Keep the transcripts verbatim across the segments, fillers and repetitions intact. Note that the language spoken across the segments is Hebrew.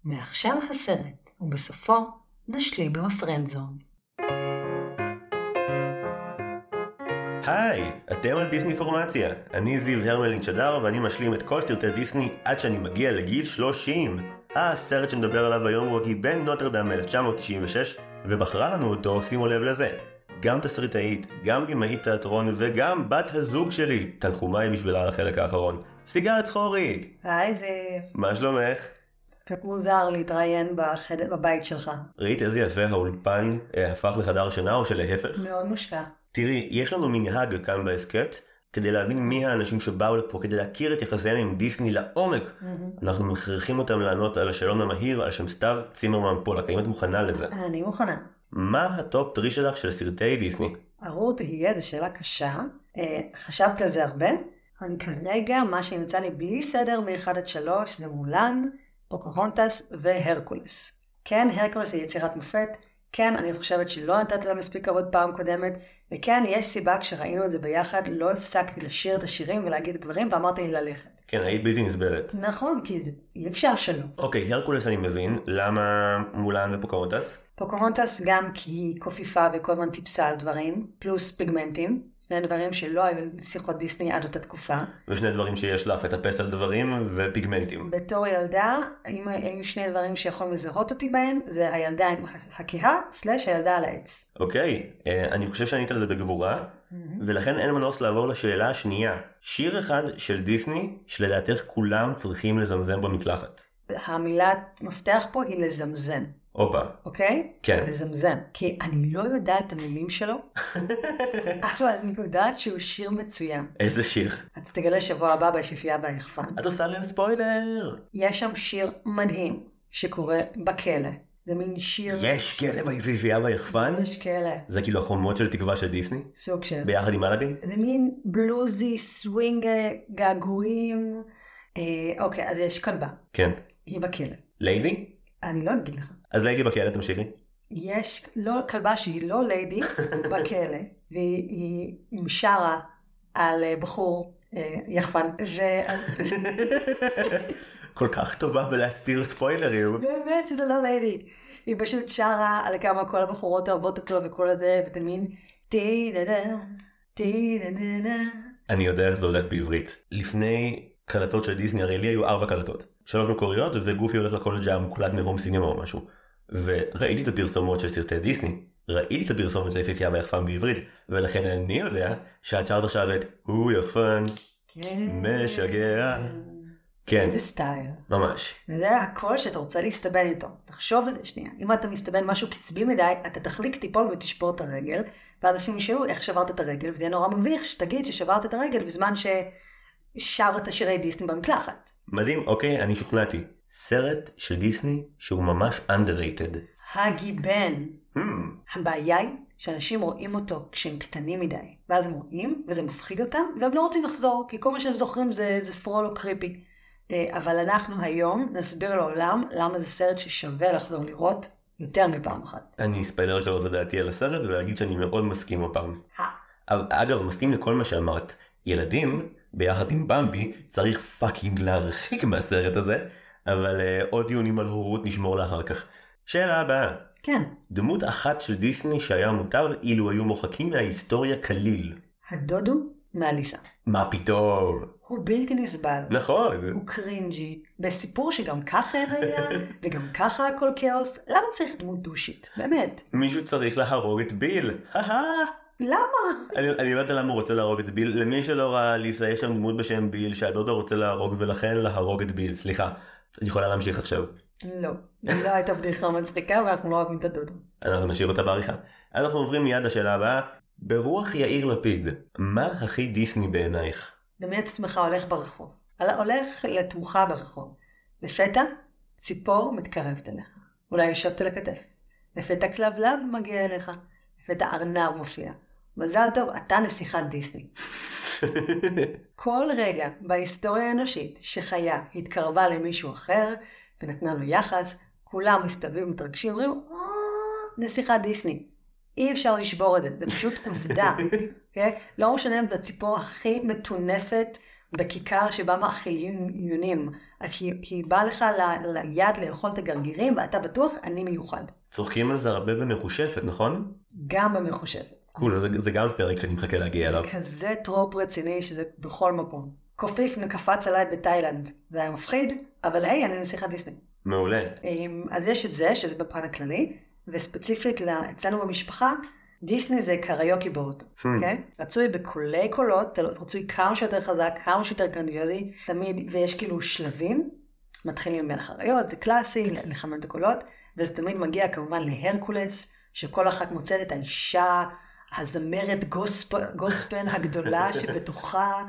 מעכשיו הסרט, ובסופו נשלים עם הפרנדזון. היי, אתם על דיסני פורמציה. אני זיו הרמלין שדר ואני משלים את כל סרטי דיסני עד שאני מגיע לגיל שלושים. הסרט שנדבר עליו היום הוא הגיבן נוטרדם מ-אלף תשע מאות תשעים ושש, ובחרה לנו אותו, שימו לב לזה. גם תסריטאית, גם בימאית תיאטרון וגם בת הזוג שלי. תנחומיי בשבילה על החלק האחרון. סיגל צחורי. היי זיו. מה שלומך? קצת מוזר להתראיין בחדר, בבית שלך. ראית איזה יפה האולפן אה, הפך לחדר שינה או שלהפך? מאוד מושקע. תראי, יש לנו מנהג כאן בהסקט, כדי להבין מי האנשים שבאו לפה, כדי להכיר את יחסיהם עם דיסני לעומק. Mm-hmm. אנחנו מכריחים אותם לענות על השאלון המהיר, על שם סתיו צימרמן פולק. האם את מוכנה לזה? אני מוכנה. מה הטופ טרי שלך של סרטי דיסני? ארור תהיה, זו שאלה קשה. אה, חשבתי על זה הרבה. אני כרגע, מה שנמצא לי בלי סדר מ-אחד עד שלוש, זה מולן, פוקהונטס והרקולס. כן, הרקולס היא יצירת מופת. כן, אני חושבת שלא נתת לה מספיק כבוד פעם קודמת, וכן, יש סיבה כשראינו את זה ביחד, לא הפסקתי לשיר את השירים ולהגיד את דברים, ואמרתי לי ללכת. כן, היית בלתי נסבלת. נכון, כי זה אי אפשר שלא. אוקיי, הרקולס אני מבין, למה מולן ופוקהונטס? פוקהונטס גם כי היא קופיפה וכל הזמן טיפסה על דברים, פלוס פיגמנטים, שני דברים שלא היו שיחות דיסני עד אותה תקופה. ושני דברים שיש לך, לטפס על דברים ופיגמנטים. בתור ילדה, אם היו שני דברים שיכולים לזהות אותי בהם, זה הילדה עם הכיהה, סלש הילדה על העץ. אוקיי, אני חושב שענית על זה בגבורה, ולכן אין מנוס לעבור לשאלה השנייה. שיר אחד של דיסני, שלדעתך כולם צריכים לזמזם במקלחת. המילת מפתח פה היא לזמזם. אופה. אוקיי? כן. לזמזם. כי אני לא יודעת את המילים שלו, אבל אני יודעת שהוא שיר מצוין. איזה שיר? אתה תגלה שבוע הבא ביפיפייה והיחפן. את עושה להם ספוילר. יש שם שיר מדהים שקורה בכלא. זה מין שיר... יש כלא ביפיפייה והיחפן? יש כלא. זה כאילו החומות של תקווה של דיסני? סוג של. ביחד עם אלאדין? זה מין בלוזי, סווינג, געגועים. אה, אוקיי, אז יש כלבה. כן. היא בכלא. ליידי? אני לא אגיד לך. אז ליידי בכלא, תמשיכי. יש לא, כלבה שהיא לא ליידי בכלא, והיא עם שרה על בחור אה, יחפן. ו... כל כך טובה בלהסתיר ספוילרים. באמת שזה לא ליידי. היא פשוט שרה על כמה כל הבחורות אוהבות אותו וכל הזה, ותמיד טי דה דה, טי דה דה דה. אני יודע איך זה הולך בעברית. לפני קלטות של דיסני, הרי לי היו ארבע קלטות. שלוש מקוריות, וגופי הולך לקולג' המוקלט מהום סינמה או משהו. וראיתי את הפרסומות של סרטי דיסני, ראיתי את הפרסומת של יפיפייה והיחפן בעברית, ולכן אני יודע שאת שרת עכשיו את הוא יחפן, משגע. כן. איזה סטייל. ממש. וזה הקול שאתה רוצה להסתבן איתו. תחשוב על זה שנייה. אם אתה מסתבן משהו קצבי מדי, אתה תחליק טיפול ותשבור את הרגל, ואז אנשים ישאלו איך שברת את הרגל, וזה יהיה נורא מביך שתגיד ששברת את הרגל בזמן ששרת שירי דיסני במקלחת. מדהים, אוקיי, אני שוכנעתי. סרט של דיסני שהוא ממש underrated. הגיבן. Hmm. הבעיה היא שאנשים רואים אותו כשהם קטנים מדי, ואז הם רואים וזה מפחיד אותם, והם לא רוצים לחזור, כי כל מה שהם זוכרים זה, זה פרול או קריפי. אבל אנחנו היום נסביר לעולם למה זה סרט ששווה לחזור לראות יותר מפעם אחת. אני אספיילר שלא זה דעתי על הסרט ולהגיד שאני מאוד מסכים הפעם. אגב, מסכים לכל מה שאמרת. ילדים, ביחד עם במבי, צריך פאקינג להרחיק מהסרט הזה, אבל uh, עוד דיונים על הורות נשמור לאחר כך. שאלה הבאה. כן. דמות אחת של דיסני שהיה מותר אילו היו מוחקים מההיסטוריה כליל. הדודו מאליסה. מה פתאום? הוא בלתי נסבל. נכון. הוא קרינג'י. בסיפור שגם ככה היה, וגם ככה הכל כאוס. למה צריך דמות דושית? באמת. מישהו צריך להרוג את ביל. למה? אני, אני לא יודע למה הוא רוצה להרוג את ביל. למי שלא ראה ליסה, יש שם דמות בשם ביל שהדודה רוצה להרוג ולכן להרוג את ביל. סליחה, את יכולה להמשיך עכשיו. לא, לא הייתה בדיחה מצחיקה ואנחנו לא אוהבים את הדודה. אנחנו נשאיר אותה בעריכה. אנחנו עוברים מיד לשאלה הבאה. ברוח יאיר לפיד, מה הכי דיסני בעינייך? דמיין את עצמך הולך ברחוב. הולך לתמוכה ברחוב. לפתע, ציפור מתקרבת אליך. אולי יושבת על הכתף. לפתע כלבלב מגיע אליך. לפתע ארנב מופיע. מזל טוב, אתה נסיכת דיסני. כל רגע בהיסטוריה האנושית שחיה התקרבה למישהו אחר ונתנה לו יחס, כולם מסתובבים מתרגשים, אומרים, נסיכת דיסני. אי אפשר לשבור את זה, זה פשוט עובדה. לא משנה אם זה הציפור הכי מטונפת, בכיכר שבה מאכילים עיונים, אז היא, היא באה לך ל, ליד לאכול את הגרגירים, ואתה בטוח, אני מיוחד. צוחקים על זה הרבה במחושפת, נכון? גם במחושפת. קול, זה, זה גם פרק שאני מחכה להגיע אליו. כזה טרופ רציני שזה בכל מקום. קופיף נקפץ עליי בתאילנד. זה היה מפחיד, אבל היי, אני נסיכת דיסני. מעולה. אז יש את זה, שזה בפן הכללי, וספציפית אצלנו במשפחה, דיסני זה קריוקי בורד, אוקיי? רצוי בקולי קולות, רצוי כמה שיותר חזק, כמה שיותר גרנדיוזי, תמיד, ויש כאילו שלבים, מתחילים מלך אריות, זה קלאסי, לחמם את הקולות, וזה תמיד מגיע כמובן להרקולס, שכל אחת מוצאת את האישה, הזמרת גוספן הגדולה שבתוכה,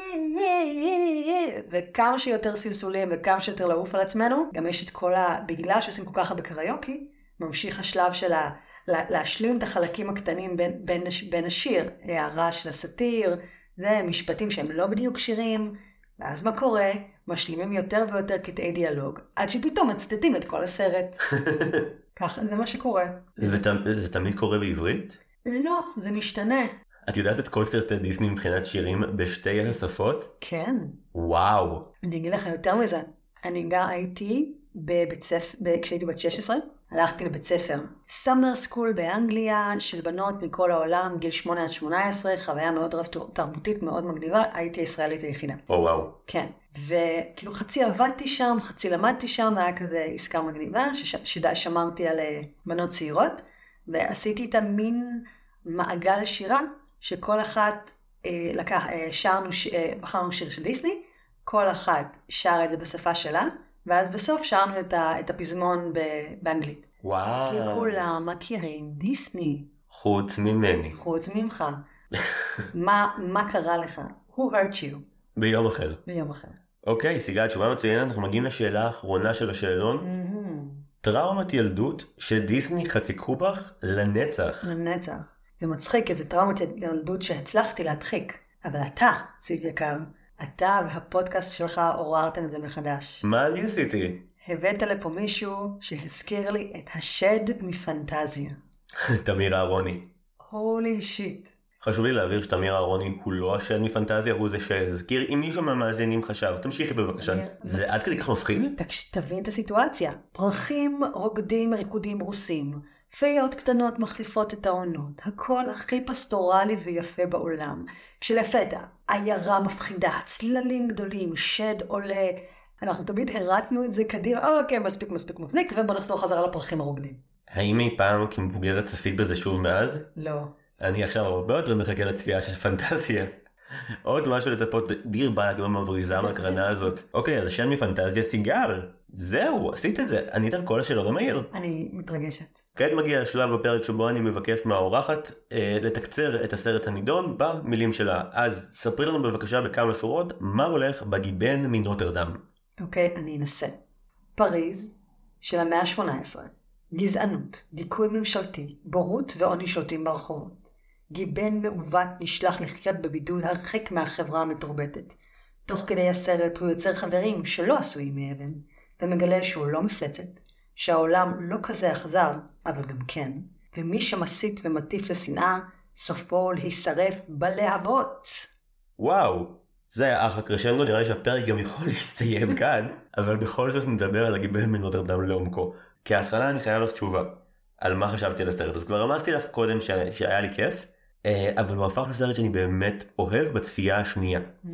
וכמה שיותר סלסולים וכמה שיותר לעוף על עצמנו, גם יש את כל ה... בגלל שעושים כל כך הרבה קריוקי, ממשיך השלב של ה... להשלים את החלקים הקטנים בין, בין, בין השיר, הערה של הסטיר, זה משפטים שהם לא בדיוק שירים, ואז מה קורה? משלימים יותר ויותר קטעי דיאלוג, עד שפתאום מצטטים את כל הסרט. ככה, זה מה שקורה. זה, זה תמיד קורה בעברית? לא, זה משתנה. את יודעת את כל סרטי דיסני מבחינת שירים בשתי השפות? כן. וואו. אני אגיד לך יותר מזה. אני גם הייתי בבית ספר, כשהייתי בת שש עשרה, הלכתי לבית ספר. סאמר סקול באנגליה, של בנות מכל העולם, גיל שמונה עד שמונה עשרה, חוויה מאוד רב תרבותית, מאוד מגניבה, הייתי הישראלית היחידה. או וואו. כן. וכאילו חצי עבדתי שם, חצי למדתי שם, היה כזה עסקה מגניבה, ששמרתי על בנות צעירות, ועשיתי איתה מין מעגל השירה, שכל אחת אה, לקח, אה, שרנו, אה, בחרנו שיר של דיסני, כל אחת שרה את זה בשפה שלה, ואז בסוף שרנו את, ה, את הפזמון ב, באנגלית. וואו. כי כולם מכירים דיסני. חוץ ממני. חוץ ממך. מה, מה קרה לך? Who hurt you? ביום אחר. ביום אחר. אוקיי, סיגל, תשובה מצוינת, אנחנו מגיעים לשאלה האחרונה של השאלון. Mm-hmm. טראומת ילדות שדיסני חקקו בך לנצח. לנצח. זה מצחיק, איזה טראומת ילדות שהצלחתי להדחיק. אבל אתה, סיג יקר, אתה והפודקאסט שלך עוררתם את זה מחדש. מה אני עשיתי? הבאת לפה מישהו שהזכיר לי את השד מפנטזיה. תמיר אהרוני. הולי שיט. חשוב לי להעביר שתמיר אהרוני הוא לא השד מפנטזיה, הוא זה שהזכיר. אם מישהו מהמאזינים חשב, תמשיכי בבקשה. זה עד כדי כך מפחיד? תבין את הסיטואציה. פרחים רוקדים ריקודים רוסים. פיות קטנות מחליפות את העונות. הכל הכי פסטורלי ויפה בעולם. כשלפתע, עיירה מפחידה, צללים גדולים, שד עולה. אנחנו תמיד הרצנו את זה קדימה. אוקיי, מספיק, מספיק, מספיק, ובוא נחזור חזרה לפרחים הרוקדים. האם אי פעם כמבוגרת צפית בזה שוב מאז? לא. אני עכשיו הרבה יותר מחכה לצפייה של פנטזיה. עוד משהו לצפות, דיר באה גם מבריזה מהקרנה הזאת. אוקיי, אז השד מפנטזיה סיגל. זהו, עשית את זה. ענית על כל השאלות המהיר. אני מתרגשת. כעת מגיע השלב בפרק שבו אני מבקש מהאורחת אה, לתקצר את הסרט הנידון במילים שלה. אז ספרי לנו בבקשה בכמה שורות מה הולך בגיבן מנוטרדם. אוקיי, אני אנסה. פריז של המאה ה-שמונה עשרה. גזענות, דיכוי ממשלתי, בורות ועוני שולטים ברחובות. גיבן מעוות נשלח לחיות בבידוד הרחק מהחברה המתורבתת. תוך כדי הסרט הוא יוצר חברים שלא עשויים מאבן, ומגלה שהוא לא מפלצת, שהעולם לא כזה אכזר, אבל גם כן, ומי שמסית ומטיף לשנאה, סופו להישרף בלהבות. וואו, זה היה אחלה קרשנדו, נראה לי שהפרק גם יכול להסתיים כאן, אבל בכל זאת נדבר על הגיבן מנוטרדם לעומקו. כי ההתחלה אני חייב לך תשובה על מה חשבתי על הסרט. אז כבר רמזתי לך קודם ש... שהיה לי כיף, אבל הוא הפך לסרט שאני באמת אוהב בצפייה השנייה. Mm.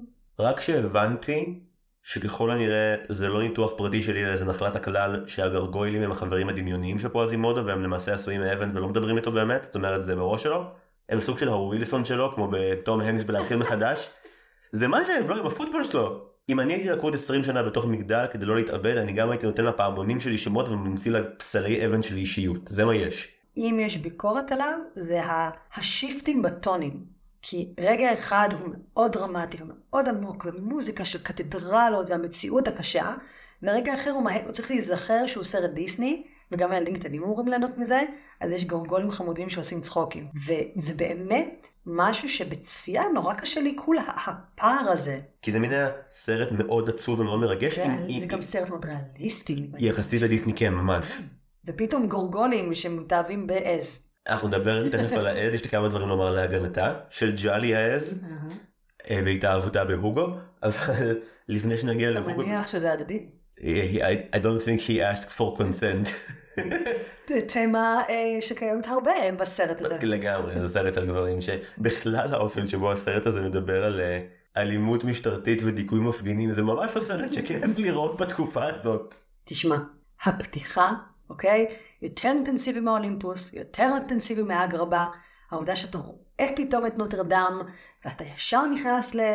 רק שהבנתי שככל הנראה זה לא ניתוח פרטי שלי לאיזה נחלת הכלל שהגרגוילים הם החברים הדמיוניים של קוואזימודו והם למעשה עשויים מאבן ולא מדברים איתו באמת, זאת אומרת זה בראש שלו. הם סוג של הווילסון שלו, כמו בתום הנקס בלהתחיל מחדש. זה מה שהם, לא, עם הפוטבול שלו. אם אני הייתי לקוד עשרים שנה בתוך מגדל כדי לא להתאבד, אני גם הייתי נותן לפעמונים שלי שמות וממציא לפסלי אבן שלי אישיות. זה מה יש. אם יש ביקורת עליו, זה השיפטים בטונים. כי רגע אחד הוא מאוד דרמטי ומאוד עמוק, ומוזיקה של קתדרלות והמציאות הקשה, ורגע אחר הוא, הוא צריך להיזכר שהוא סרט דיסני, וגם הילדים קטנים אמורים ליהנות מזה, אז יש גורגולים חמודים שעושים צחוקים. וזה באמת משהו שבצפייה נורא קשה לי כולה, הפער הזה. כי זה מין סרט מאוד עצוב ומאוד מרגש. זה, זה גם סרט מאוד ריאליסטי. יחסית לדיסני כן, ממש. ופתאום גורגולים שמתאהבים בעז. אנחנו נדבר תכף על העז, יש לי כמה דברים לומר להגנתה, של ג'אלי העז. והתאהבותה בהוגו, אבל לפני שנגיע להוגו... אני מניח שזה הדדי. I don't think he asks for consent. זה תמה שקיימת הרבה בסרט הזה. לגמרי, זה סרט על גברים, שבכלל האופן שבו הסרט הזה מדבר על אלימות משטרתית ודיכוי מפגינים, זה ממש לא סרט שכיף לראות בתקופה הזאת. תשמע, הפתיחה, אוקיי? יותר אינטנסיבי מהאולימפוס, יותר אינטנסיבי מהגרבה, העובדה שאתה רואה פתאום את נוטרדם, ואתה ישר נכנס ל...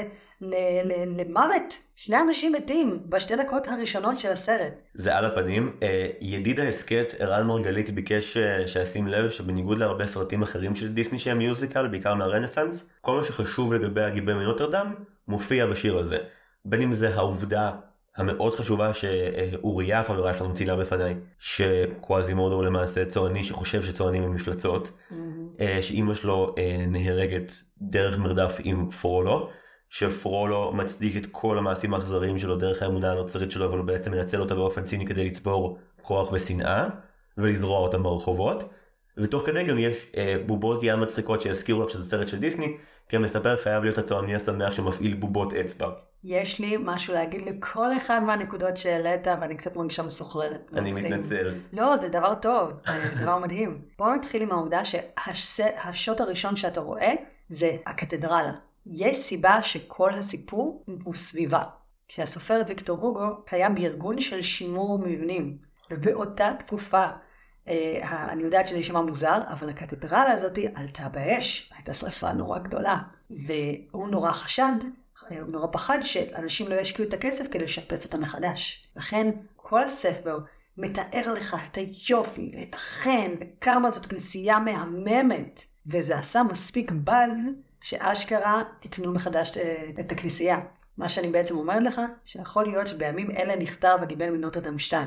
למוות, שני אנשים מתים בשתי דקות הראשונות של הסרט. זה על הפנים. ידיד ההסקט ערן מרגלית ביקש שישים לב שבניגוד להרבה סרטים אחרים של דיסני שהם מיוזיקל, בעיקר מהרנסנס, כל מה שחשוב לגבי הגיבורים מנוטרדם מופיע בשיר הזה. בין אם זה העובדה המאוד חשובה שאוריה, חברה שלנו, ציינה בפניי, שקוואזימודו הוא למעשה צועני שחושב שצוענים הם מפלצות, שאמא שלו נהרגת דרך מרדף עם פרולו, שפרולו מצדיק את כל המעשים האכזריים שלו דרך האמונה הנוצרית שלו, אבל הוא בעצם מנצל אותה באופן ציני כדי לצבור כוח ושנאה, ולזרוע אותם ברחובות. ותוך כדי גם יש אה, בובות ים מצחיקות שהזכירו לך שזה סרט של דיסני, כי המספר חייב להיות הצועני השמח שמפעיל בובות אצבע. יש לי משהו להגיד לכל אחד מהנקודות שהעלית, ואני קצת מרגישה מסוחררת. אני מתנצל. לא, זה דבר טוב, זה דבר מדהים. בואו נתחיל עם העובדה שהשוט הראשון שאתה רואה זה הקתדרלה. יש סיבה שכל הסיפור הוא סביבה. כשהסופרת ויקטור הוגו קיים בארגון של שימור מבנים. ובאותה תקופה, אה, אני יודעת שזה ישמע מוזר, אבל הקתדרלה הזאת עלתה באש. הייתה שריפה נורא גדולה. והוא נורא חשד, הוא נורא פחד שאנשים לא ישקיעו את הכסף כדי לשפץ אותה מחדש. לכן כל הספר מתאר לך את היופי, את החן, וכמה זאת כנסייה מהממת. וזה עשה מספיק בז, שאשכרה תקנו מחדש את הכנסייה. מה שאני בעצם אומרת לך, שיכול להיות שבימים אלה נכתב הגיבן מנוטרדם שתיים.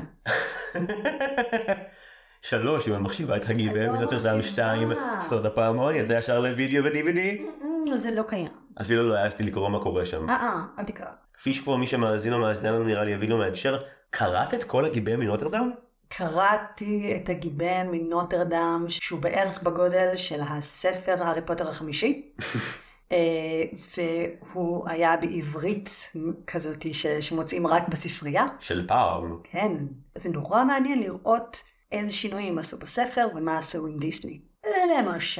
שלוש, אם אני מחשיבה את הגיבן מנוטרדם שתיים, סוד הפעמון, יצא ישר לוידאו ו-די וי די? זה לא קיים. אפילו לא העזתי לקרוא מה קורה שם. אה, אה, אל תקרא. כפי שכבר מי שמאזין או מאזינה לנו נראה לי יבינו מההקשר, קראת את כל הגיבן מנוטרדם? קראתי את הגיבן מנוטרדם, שהוא בערך בגודל של הספר הארי פוטר החמישי. והוא היה בעברית כזאת שמוצאים רק בספרייה. של פעם. כן. זה נורא מעניין לראות איזה שינויים עשו בספר ומה עשו עם דיסני. למשל,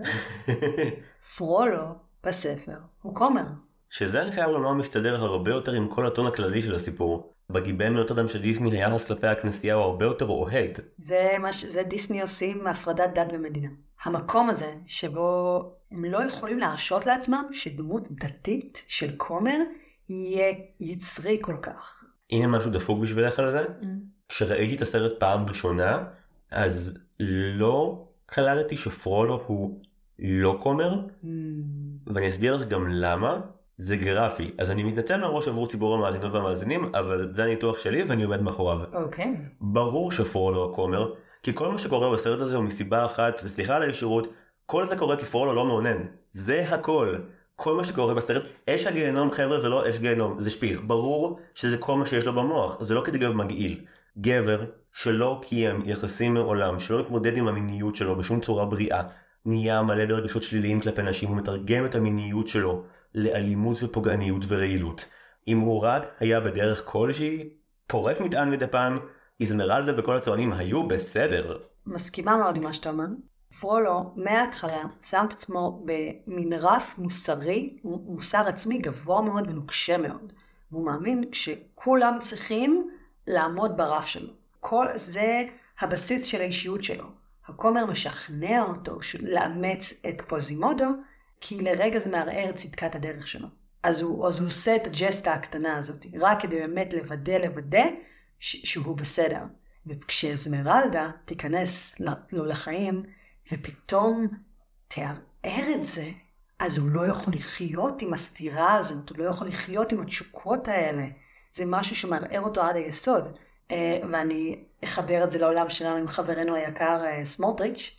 פרולו בספר הוא כומר. שזה אני חייב לומר מסתדר הרבה יותר עם כל הטון הכללי של הסיפור. בגיבן מנוטרדם של דיסני היחס כלפי הכנסייה הוא הרבה יותר אוהד. זה, מש... זה דיסני עושים מהפרדת דת ומדינה. המקום הזה שבו הם לא יכולים להרשות לעצמם שדמות דתית של כומר יהיה יצרי כל כך. הנה משהו דפוק בשבילך על זה. Mm. כשראיתי את הסרט פעם ראשונה, אז לא קלטתי שפרולו הוא לא כומר, mm. ואני אסביר לך גם למה. זה גרפי, אז אני מתנצל מראש עבור ציבור המאזינות והמאזינים, אבל זה הניתוח שלי ואני עומד מאחוריו. אוקיי. Okay. ברור שפרולו הכומר, כי כל מה שקורה בסרט הזה הוא מסיבה אחת, וסליחה על הישירות, כל זה קורה כי פרולו לא מעונן. זה הכל. כל מה שקורה בסרט, אש הגיהנום, חבר'ה, זה לא אש גיהנום, זה שפיך. ברור שזה כל מה שיש לו במוח, זה לא כדי להיות מגעיל. גבר שלא קיים יחסים מעולם, שלא התמודד עם המיניות שלו בשום צורה בריאה, נהיה מלא ברגשות שליליים כלפי נשים, הוא מתרגם את המיניות שלו לאלימות ופוגעניות ורעילות. אם הוא רק היה בדרך כלשהי, פורק מטען מדי פעם, איזמרלדה וכל הצוענים היו בסדר. מסכימה מאוד עם מה שאתה אומר. פרולו מההתחלה שם את עצמו במין רף מוסרי, מוסר עצמי גבוה מאוד ונוקשה מאוד. והוא מאמין שכולם צריכים לעמוד ברף שלו. כל זה הבסיס של האישיות שלו. הכומר משכנע אותו לאמץ את קווזימודו, כי לרגע זה מערער את צדקת הדרך שלו. אז הוא, אז הוא עושה את הג'סטה הקטנה הזאת, רק כדי באמת לוודא, לוודא ש- שהוא בסדר. וכשאזמרלדה תיכנס לו לחיים, ופתאום תערער את זה, אז הוא לא יכול לחיות עם הסתירה הזאת, הוא לא יכול לחיות עם התשוקות האלה. זה משהו שמערער אותו עד היסוד. ואני אחבר את זה לעולם שלנו עם חברנו היקר סמוטריץ',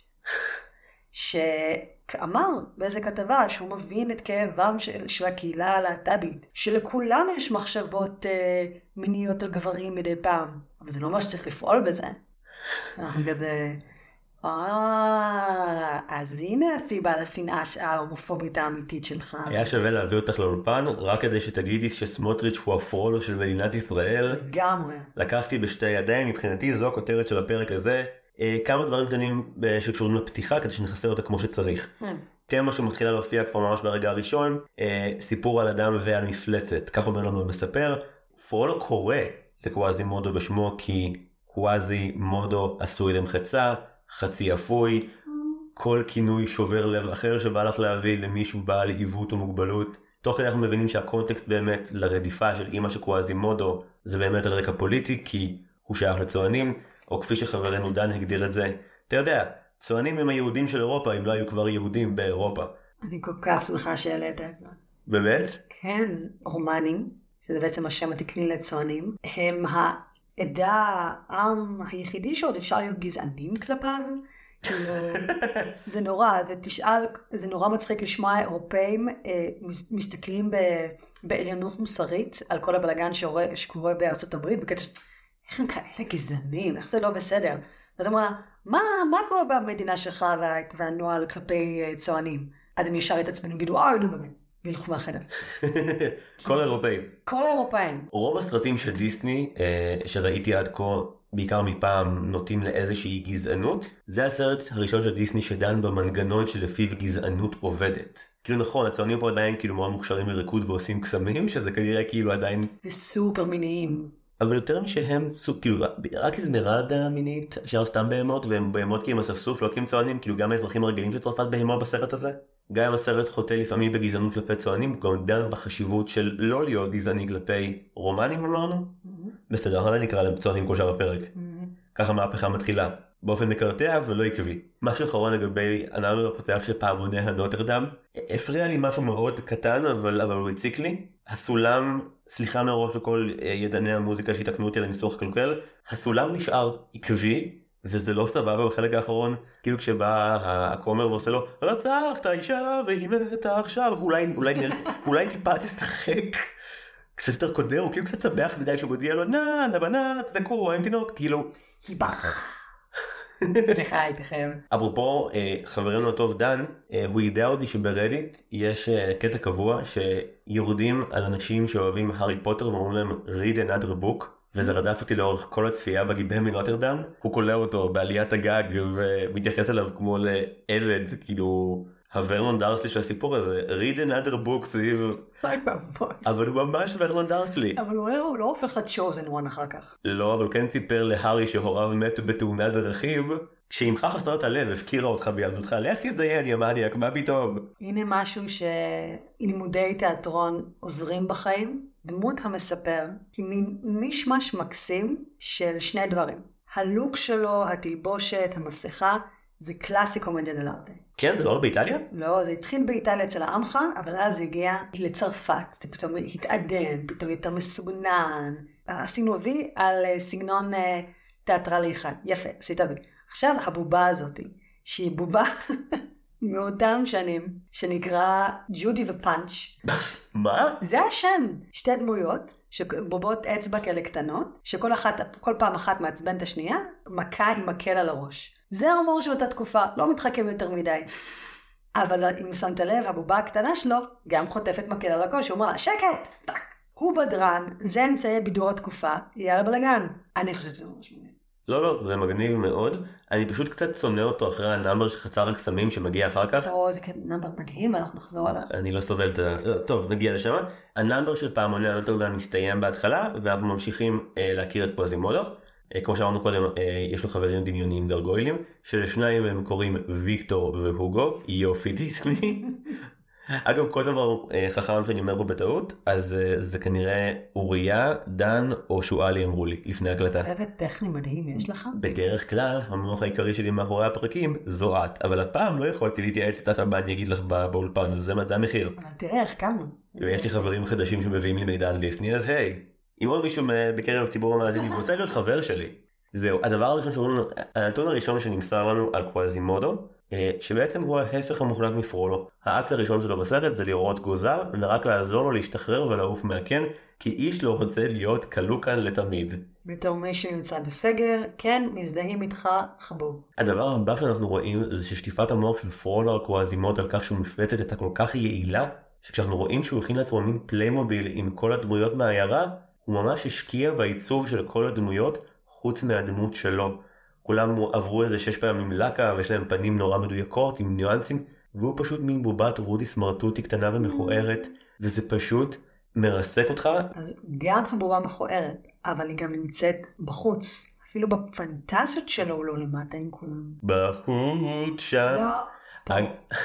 שאמר באיזה כתבה שהוא מבין את כאבם של, של הקהילה הלהט"בית, שלכולם יש מחשבות אה, מיניות על גברים מדי פעם, אבל זה לא מה שצריך לפעול בזה. אנחנו כזה אה, אז הנה הסיבה לשנאה ההומופובית האמיתית שלך. היה שווה להביא אותך לאולפן, רק כדי שתגידי שסמוטריץ' הוא הפרולו של מדינת ישראל. לגמרי. לקחתי בשתי ידיים, מבחינתי זו הכותרת של הפרק הזה. כמה דברים קטנים שקשורים לפתיחה, כדי שנחסר אותה כמו שצריך. תמה שמתחילה להופיע כבר ממש ברגע הראשון, סיפור על אדם ועל מפלצת. כך אומר לנו המספר. פרולו קורא לקוואזי מודו בשמו, כי קוואזי מודו עשוי למחצה, חצי אפוי, כל כינוי שובר לב אחר שבא לך להביא למישהו בעל עיוות או מוגבלות. תוך כדי אנחנו מבינים שהקונטקסט באמת לרדיפה של אמא של קוואזי מודו זה באמת על רקע פוליטי, כי הוא שייך לצוענים, או כפי שחברנו דן הגדיר את זה, אתה יודע, צוענים הם היהודים של אירופה, אם לא היו כבר יהודים באירופה. אני כל כך שמחה שהעלית את זה. באמת? כן, רומנים, שזה בעצם השם התקני לצוענים, הם העדה, העם היחידי שעוד אפשר להיות גזענים כלפיו. כאילו, זה נורא, זה תשאל, זה נורא מצחיק לשמוע אירופאים אה, מסתכלים ב, בעליונות מוסרית על כל הבלגן שקורה בארצות הברית, בקטע איך הם כאלה גזענים, איך זה לא בסדר. ואז אמרה, מה, מה קורה במדינה שלך וה, והנועל כלפי uh, צוענים? אז הם ישר את עצמנו, גידו, אוי, נו באמת, וילכו מהחדר. כל האירופאים. כל האירופאים. רוב הסרטים של דיסני, אה, שראיתי עד כה, בעיקר מפעם, נוטים לאיזושהי גזענות. זה הסרט הראשון של דיסני שדן במנגנון שלפיו גזענות עובדת. כאילו נכון, הצוענים פה עדיין כאילו מאוד מוכשרים לריקוד ועושים קסמים, שזה כנראה כאילו עדיין... וסופר מיניים. אבל יותר משהם, כאילו, רק הזמרדה מינית, שר סתם בהמות, והם בהמות כי הם אספסוף, לא כי הם צוענים, כאילו גם האזרחים הרגילים של צרפת בהמה בסרט הזה. גם אם הסרט חוטא לפעמים בגזענות כלפי צוענים, גם דן בחשיבות של לא להיות גזעני כלפי רומנים, אמרנו? Mm-hmm. בסדר, אנחנו נקרא להם צוענים כל שאר הפרק. Mm-hmm. ככה המהפכה מתחילה, באופן מקרטע ולא עקבי. משהו אחרון לגבי הנאמר הפותח של פעמוני הנוטרדם, הפריע לי משהו מאוד קטן, אבל, אבל הוא הציק לי. הסולם, סליחה מראש לכל ידעני המוזיקה שהתקנו אותי לניסוח קלוקל, הסולם נשאר עקבי, וזה לא סבבה בחלק האחרון, כאילו כשבא הכומר ועושה לו, רצחת אישה והיא מתה עכשיו, אולי, אולי, אולי טיפה תשחק. קצת יותר קודר, הוא כאילו קצת סבח מדי כשהוא מודיע לו, נה, נבנה, תדקו, הם תינוק, כאילו, היבח. סליחה, הייתי חייב. אפרופו, חברנו הטוב דן, הוא ידע אותי שברדיט יש קטע קבוע שיורדים על אנשים שאוהבים הארי פוטר ואומרים להם read another book, וזה רדף אותי לאורך כל הצפייה בגיבן מנוטרדם. הוא קולע אותו בעליית הגג ומתייחס אליו כמו לעבד, זה כאילו הוורנון דרסלי של הסיפור הזה, read another book סביב, אבל הוא ממש וורנון דרסלי. אבל הוא לא הופך ל-chosen one אחר כך. לא, אבל הוא כן סיפר להרי שהוריו מתו בתאונת דרכים, כשאמך חסרת הלב הפקירה אותך בילדותך, לך תזדיין יא מניאק, מה פתאום? הנה משהו שלימודי תיאטרון עוזרים בחיים, דמות המספר היא מין מישמש מקסים של שני דברים. הלוק שלו, התלבושת, המסכה, זה קלאסי קומדיה דלארטה. כן, זה לא באיטליה? לא, זה התחיל באיטליה אצל העמך, אבל אז הגיע לצרפת, זה פתאום התעדן, פתאום יותר מסוגנן. עשינו וי על סגנון תיאטרלי אחד. יפה, עשית וי. עכשיו הבובה הזאת, שהיא בובה מאותם שנים, שנקרא ג'ודי ופאנץ'. מה? זה השם. שתי דמויות, בובות אצבע כאלה קטנות, שכל אחת, כל פעם אחת מעצבן את השנייה, מכה עם מקל על הראש. זה ההומור של אותה תקופה, לא מתחכם יותר מדי. אבל אם שמת לב, הבובה הקטנה שלו גם חוטפת מקל על הראש, הוא אומר לה, שקט! טק! הוא בדרן, זה אמצעי בידור התקופה, יהיה על בלגן. אני חושבת שזה ממש מגניב. לא, לא, זה מגניב מאוד. אני פשוט קצת שונא אותו אחרי הנאמבר שחצר הקסמים שמגיע אחר כך. או, זה נאמבר מדהים, אנחנו נחזור עליו. אני לא סובל את ה... טוב, נגיע לשם. הנאמבר של פעמוני הנוטרדם מסתיים בהתחלה, ואנחנו ממשיכים אה, להכיר את קווזימודו. אה, כמו שאמרנו קודם, אה, יש לו חברים דמיוניים גרגוילים, שלשניים הם קוראים ויקטור והוגו, יופי דיסני. אגב, כל דבר חכם שאני אומר פה בטעות, אז זה כנראה אוריה, דן או שואלי אמרו לי לפני הקלטה. צוות טכני מדהים יש לך? בדרך כלל, המוח העיקרי שלי מאחורי הפרקים זו את, אבל הפעם לא יכולתי להתייעץ איתך מה אני אגיד לך באולפן, אז זה המחיר. אבל תראה איך קמנו. ויש לי חברים חדשים שמביאים לי מידע על דיסני, אז היי, אם עוד מישהו בקרב ציבור המאזינים רוצה להיות חבר שלי. זהו, הדבר הראשון שאומרים לנו, הנתון הראשון שנמסר לנו על קווזימודו, שבעצם הוא ההפך המוחלט מפרולו. האקט הראשון שלו בסרט זה לראות גוזר ורק לעזור לו להשתחרר ולעוף מהקן, כי איש לא רוצה להיות כלוא כאן לתמיד. בתור מי שנמצא בסגר, כן, מזדהים איתך חבוב. הדבר הבא שאנחנו רואים זה ששטיפת המוח של פרולו על קוואזימודו על כך שהוא מפלצת הייתה כל כך יעילה, שכשאנחנו רואים שהוא הכין לעצמו מין פליימוביל עם כל הדמויות מהעיירה, הוא ממש השקיע בעיצוב של כל הדמויות חוץ מהדמות שלו. כולם עברו איזה שש פעמים לקה ויש להם פנים נורא מדויקות עם ניואנסים, והוא פשוט מין בובת רודי סמרטוטי קטנה ומכוערת, וזה פשוט מרסק אותך. אז גם הבובה מכוערת, אבל היא גם נמצאת בחוץ. אפילו בפנטזיות שלו הוא לא למטה עם כולם. בחוץ שם. לא.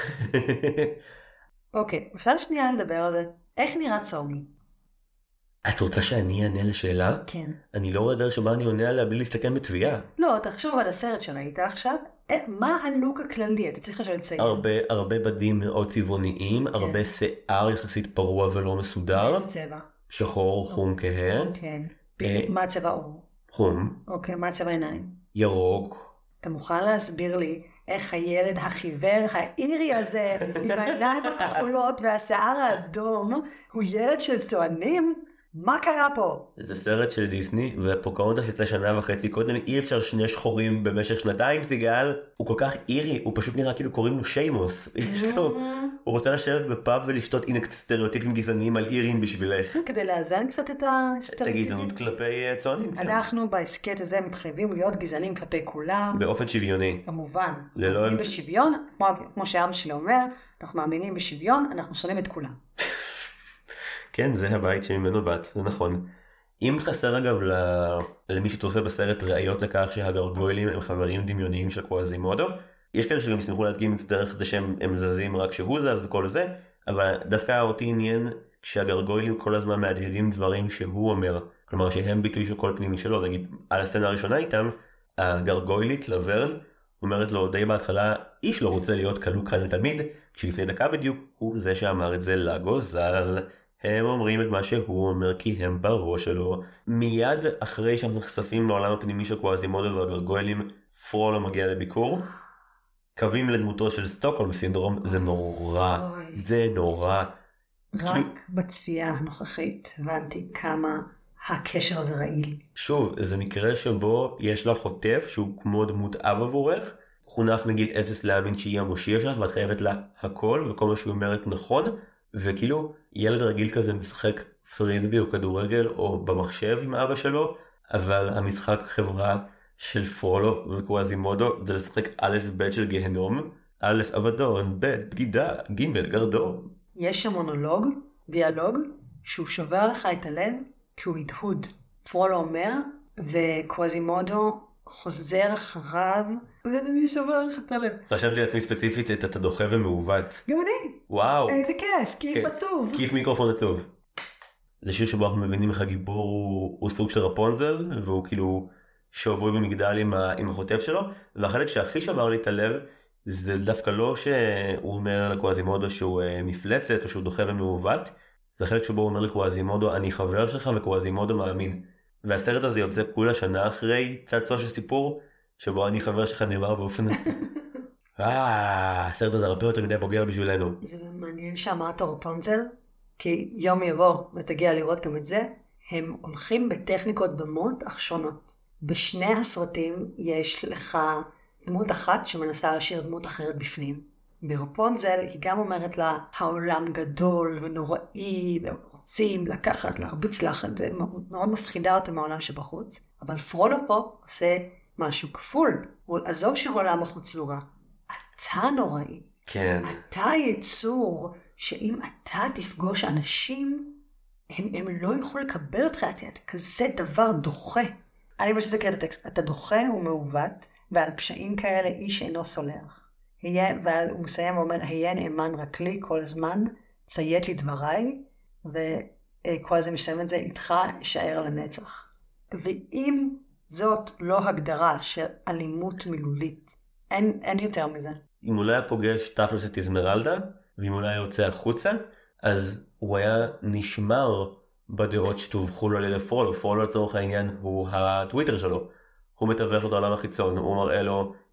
אוקיי, אפשר שנייה לדבר על זה. איך נראה צוגי? את רוצה שאני אענה לשאלה? כן. אני לא רואה דרך שבה אני עונה עליה בלי להסתכן בתביעה. לא, תחשוב על הסרט שראית עכשיו. מה הלוק הכללי? אתה צריך עכשיו לציין. הרבה, הרבה בדים מאוד צבעוניים, כן. הרבה שיער יחסית פרוע ולא מסודר. איזה צבע? שחור, חום כהה. כן. אה... מה הצבע אור? חום. אוקיי, מה הצבע עיניים? ירוק. אתה מוכן להסביר לי איך הילד החיוור האירי הזה, עם העיניים הכחולות והשיער האדום, הוא ילד של צוענים? מה קרה פה? זה סרט של דיסני, ופוקהונטס יצא שנה וחצי קודם, אי אפשר שני שחורים במשך שנתיים, סיגל. הוא כל כך אירי, הוא פשוט נראה כאילו קוראים לו שיימוס. הוא רוצה לשבת בפאב ולשתות אינקט סטריאוטיפים גזעניים על אירים בשבילך. כדי לאזן קצת את הסטריאוטיפים. את הגזענות כלפי צוענים. אנחנו בהסקט הזה מתחייבים להיות גזענים כלפי כולם. באופן שוויוני. כמובן. ללא... בשוויון, כמו שאבא שלי אומר, אנחנו מאמינים בשוויון, אנחנו שונאים את כולם. כן, זה הבית שממנו בת, זה נכון. אם חסר אגב למי שתעושה בסרט ראיות לכך שהגרגוילים הם חברים דמיוניים של קוואזימודו, יש כאלה שגם ישמחו להדגים את דרך זה שהם זזים רק שהוא זז וכל זה, אבל דווקא אותי עניין כשהגרגוילים כל הזמן מהדהדים דברים שהוא אומר, כלומר שהם ביטוי של כל פנימי שלו. נגיד על הסצנה הראשונה איתם, הגרגוילית לברן אומרת לו די בהתחלה, איש לא רוצה להיות כלוא כאן לתמיד, כשלפני דקה בדיוק הוא זה שאמר את זה לגוזל. הם אומרים את מה שהוא אומר כי הם בראש שלו. מיד אחרי שהם נחשפים לעולם הפנימי של קוואזימודו והגרגוילים, פרולו מגיע לביקור. קווים לדמותו של סטוקהולם סינדרום, זה נורא, זה נורא. רק בצפייה הנוכחית הבנתי כמה הקשר הזה רעיל. שוב, זה מקרה שבו יש לה חוטף שהוא כמו דמות אב עבורך, חונך מגיל אפס להאמין שהיא המושיע שלך ואת חייבת לה הכל וכל מה שהיא אומרת נכון, וכאילו ילד רגיל כזה משחק פריסבי או כדורגל או במחשב עם אבא שלו, אבל המשחק חברה של פרולו וקוואזימודו זה לשחק א' ב' של גהנום, א' אבדון, ב' בגידה, ג' גרדום. יש שם מונולוג, דיאלוג, שהוא שובר לך את הלב כי הוא הדהוד. פרולו אומר וקוואזימודו חוזר אחריו, ואני שובר לך את הלב. חשבתי לעצמי ספציפית את אתה דוחה ומעוות. גם אני. וואו. איזה כיף, כיף עצוב. כיף מיקרופון עצוב. זה שיר שבו אנחנו מבינים איך הגיבור הוא, הוא סוג של רפונזל, והוא כאילו שבוי במגדל עם, ה, עם החוטף שלו, והחלק שהכי שבר לי את הלב, זה דווקא לא שהוא אומר לקוואזימודו שהוא מפלצת, או שהוא דוחה ומעוות, זה החלק שבו הוא אומר לקוואזימודו, אני חבר שלך וקוואזימודו מאמין. והסרט הזה יוצא כולה שנה אחרי צעצוע של סיפור, שבו אני חבר שלך נאמר באופן... אה, הסרט הזה הרבה יותר מדי בוגר בשבילנו. זה מעניין שאמרת רפונזל, כי יום יבוא ותגיע לראות גם את זה, הם הולכים בטכניקות במות אך שונות. בשני הסרטים יש לך דמות אחת שמנסה להשאיר דמות אחרת בפנים. ברפונזל היא גם אומרת לה, העולם גדול ונוראי, והם רוצים לקחת, להרביץ לך, זה מאוד מפחידה אותה מהעולם שבחוץ. אבל פרולו פה עושה משהו כפול. הוא עזוב שהעולם החוץ לא רע. אתה נוראי. כן. אתה יצור שאם אתה תפגוש אנשים, הם, הם לא יוכלו לקבל אותך. אתה כזה דבר דוחה. אני פשוט אקרא את הטקסט. אתה דוחה ומעוות, ועל פשעים כאלה איש אינו סולח. והוא מסיים ואומר, היה נאמן רק לי כל הזמן, ציית לי דבריי, וכל זה משתמע את זה, איתך יישאר לנצח. ואם זאת לא הגדרה של אלימות מילולית, אין, אין יותר מזה. אם אולי היה פוגש תכלס את איזמרלדה, ואם אולי היה יוצא החוצה, אז הוא היה נשמר בדעות שתובחו לו על ידי פרולו. פרולו לצורך העניין הוא הטוויטר שלו. הוא מתווך לו את העולם החיצון, הוא מראה לו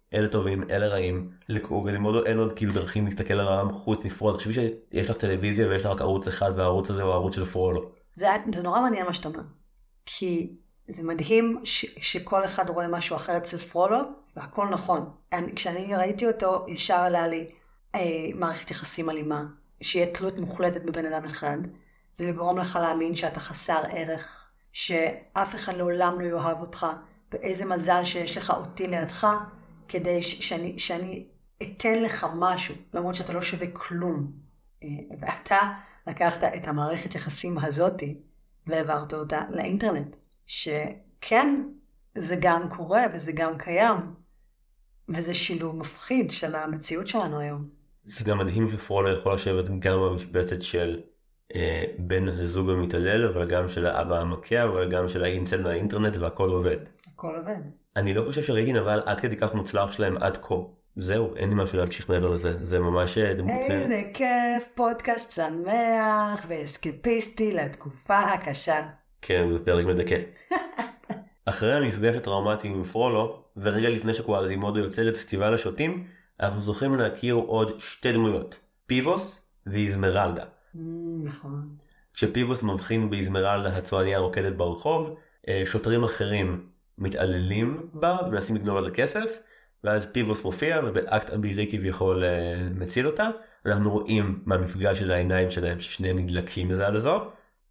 אלה טובים, אלה רעים, לקוואזימודו אין עוד כאילו דרכים להסתכל על העולם חוץ מפרולו. תחשבי שיש לך טלוויזיה ויש לך רק ערוץ אחד והערוץ הזה הוא הערוץ של פרולו. זה, זה נורא מעניין מה שאתה אומר, כי זה מדהים ש, שכל אחד רואה משהו אחר אצל פרולו, והכל נכון. אני, כשאני ראיתי אותו, ישר עלה לי אה, מערכת יחסים אלימה, שיהיה תלות מוחלטת בבן אדם אחד, זה לגרום לך להאמין שאתה חסר ערך, שאף אחד לעולם לא יאהב אותך, ואיזה מזל שיש לך אותי לידך, כדי ש, שאני, שאני אתן לך משהו, למרות שאתה לא שווה כלום. אה, ואתה לקחת את המערכת יחסים הזאתי, והעברת אותה לאינטרנט. שכן, זה גם קורה וזה גם קיים, וזה שילוב מפחיד של המציאות שלנו היום. זה גם מדהים שפרולו יכול לשבת גם במשבצת של אה, בן הזוג המתעלל, אבל גם של האבא המכה, אבל גם של האינצל מהאינטרנט, והכל עובד. הכל עובד. אני לא חושב שראיתי נבל עד כדי כך מוצלח שלהם עד כה. זהו, אין לי משהו להמשיך מעבר לזה. זה ממש דמות... איזה כיף, פודקאסט שמח ואסקפיסטי לתקופה הקשה. כן, זה פרק מדכא. אחרי המפגש הטראומטי עם פרולו, ורגע לפני שקוואזימודו יוצא לפסטיבל השוטים, אנחנו זוכים להכיר עוד שתי דמויות, פיבוס ואיזמרלדה. נכון. כשפיבוס מבחין באיזמרלדה הצועניה הרוקדת ברחוב, שוטרים אחרים מתעללים בה ומנסים לגנוב על הכסף, ואז פיבוס מופיע ובאקט אבירי כביכול מציל אותה. אנחנו רואים מהמפגש של העיניים שלהם ששניהם נדלקים זה על זו.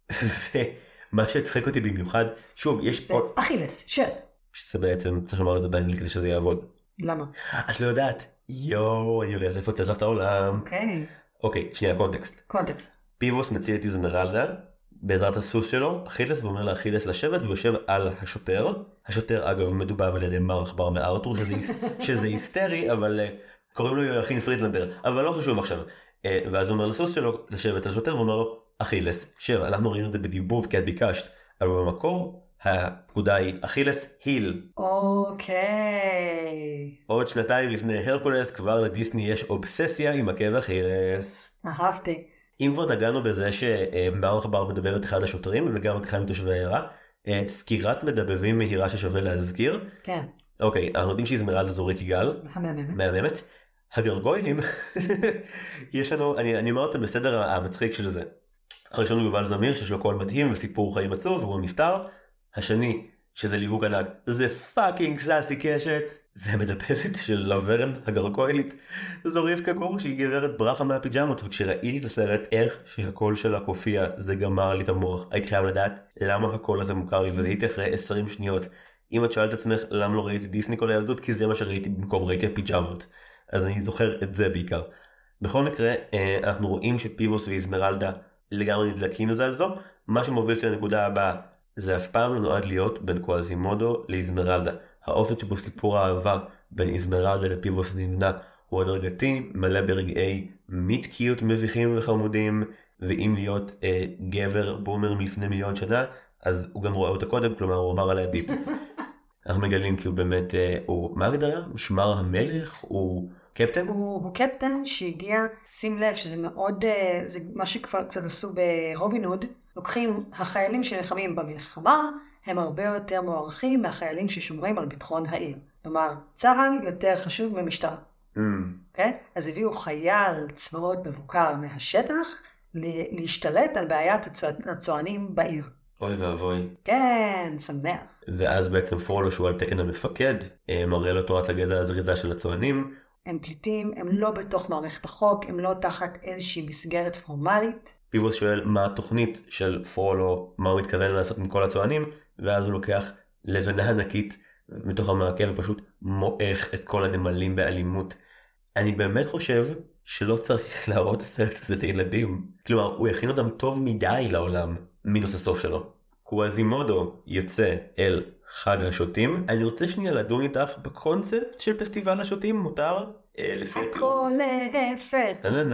ומה שצחק אותי במיוחד, שוב, יש... זה אכילס, שט. שזה בעצם, צריך לומר את זה באנגלית כדי שזה יעבוד. למה? את לא יודעת. יואו, אני יודע לפוצץ לך את העולם. אוקיי. אוקיי, שנייה, קונטקסט. קונטקסט. פיבוס מציל את איזמרלדה בעזרת הסוס שלו, אכילס, ואומר לאכילס לשבת, ויושב על השוטר. השוטר, אגב, מדובב על ידי מר עכבר מארתור, שזה, שזה היסטרי, אבל uh, קוראים לו יואכין פרידלנדר, אבל לא חשוב עכשיו. Uh, ואז הוא אומר לסוס שלו לשבת על השוטר, ואומר לו, אכילס, שב, אנחנו רואים את זה בדיבוב, כי את ביקשת, אבל במקור, הפקודה היא אכילס היל. אוקיי. עוד שנתיים לפני הרקולס, כבר לדיסני יש אובססיה עם עקב אכילס. אהבתי. אם כבר נגענו בזה שמר עכבר מדבר את אחד השוטרים וגם את אחד מתושבי העיירה, סקירת מדבבים מהירה ששווה להזכיר. כן. אוקיי, אנחנו יודעים שאיזמרלדה זו רית יגאל. מהממת. מהממת. הגרגוילים, יש לנו, אני, אני אומר אותם בסדר המצחיק של זה. הראשון הוא יובל זמיר שיש לו קול מדהים וסיפור חיים עצוב והוא נפטר. השני, שזה ליהוק ענק, זה פאקינג סאסי קשת. זה מדבבת של לברן הגרקוילית. זו רבקה גור שהיא גברת ברכה מהפיג'מות, וכשראיתי את הסרט איך שהקול שלה קופיע זה גמר לי את המוח. הייתי חייב לדעת למה הקול הזה מוכר לי, וזה הייתי אחרי עשרים שניות. אם את שואלת עצמך למה לא ראיתי דיסני כל הילדות, כי זה מה שראיתי במקום ראיתי הפיג'מות. אז אני זוכר את זה בעיקר. בכל מקרה, אנחנו רואים שפיבוס ואיזמרלדה לגמרי נדלקים לזה על זו. מה שמוביל של הנקודה הבאה, זה אף פעם לא נועד להיות בין קוואזימודו לאיזמרלדה. האופן שבו סיפור האהבה בין איזמרלדה לפיבוס נבנה הוא הדרגתי, מלא ברגעי מיט קיוט מביכים וחמודים, ואם להיות אה, גבר בומר מלפני מיליון שנה, אז הוא גם רואה אותה קודם, כלומר הוא אמר עליה דיפ. אנחנו מגלים כי הוא באמת, אה, הוא, מה הגדרה? משמר המלך? הוא קפטן? הוא, הוא קפטן שהגיע, שים לב שזה מאוד, אה, זה מה שכבר קצת עשו ברובין הוד, לוקחים החיילים שנלחמים במלחמה, הם הרבה יותר מוערכים מהחיילים ששומרים על ביטחון העיר. כלומר, צה"ל יותר חשוב ממשטרה. Mm. Okay? אז הביאו חייל צבאות מבוקר מהשטח להשתלט על בעיית הצוענים בעיר. אוי ואבוי. כן, שמח. ואז בעצם פרולו שהוא על תקן המפקד, מראה לו תורת הגזע הזריזה של הצוענים. הם פליטים, הם לא בתוך מערכת החוק, הם לא תחת איזושהי מסגרת פורמלית. פיבוס שואל מה התוכנית של פרולו, מה הוא מתכוון לעשות עם כל הצוענים, ואז הוא לוקח לבנה ענקית מתוך המעקב ופשוט מועך את כל הנמלים באלימות. אני באמת חושב שלא צריך להראות את הסרט הזה לילדים. כלומר, הוא יכין אותם טוב מדי לעולם, מינוס הסוף שלו. קוואזימודו יוצא אל חג השוטים. אני רוצה שנייה לדון איתך בקונספט של פסטיבל השוטים, מותר? הכל להפך.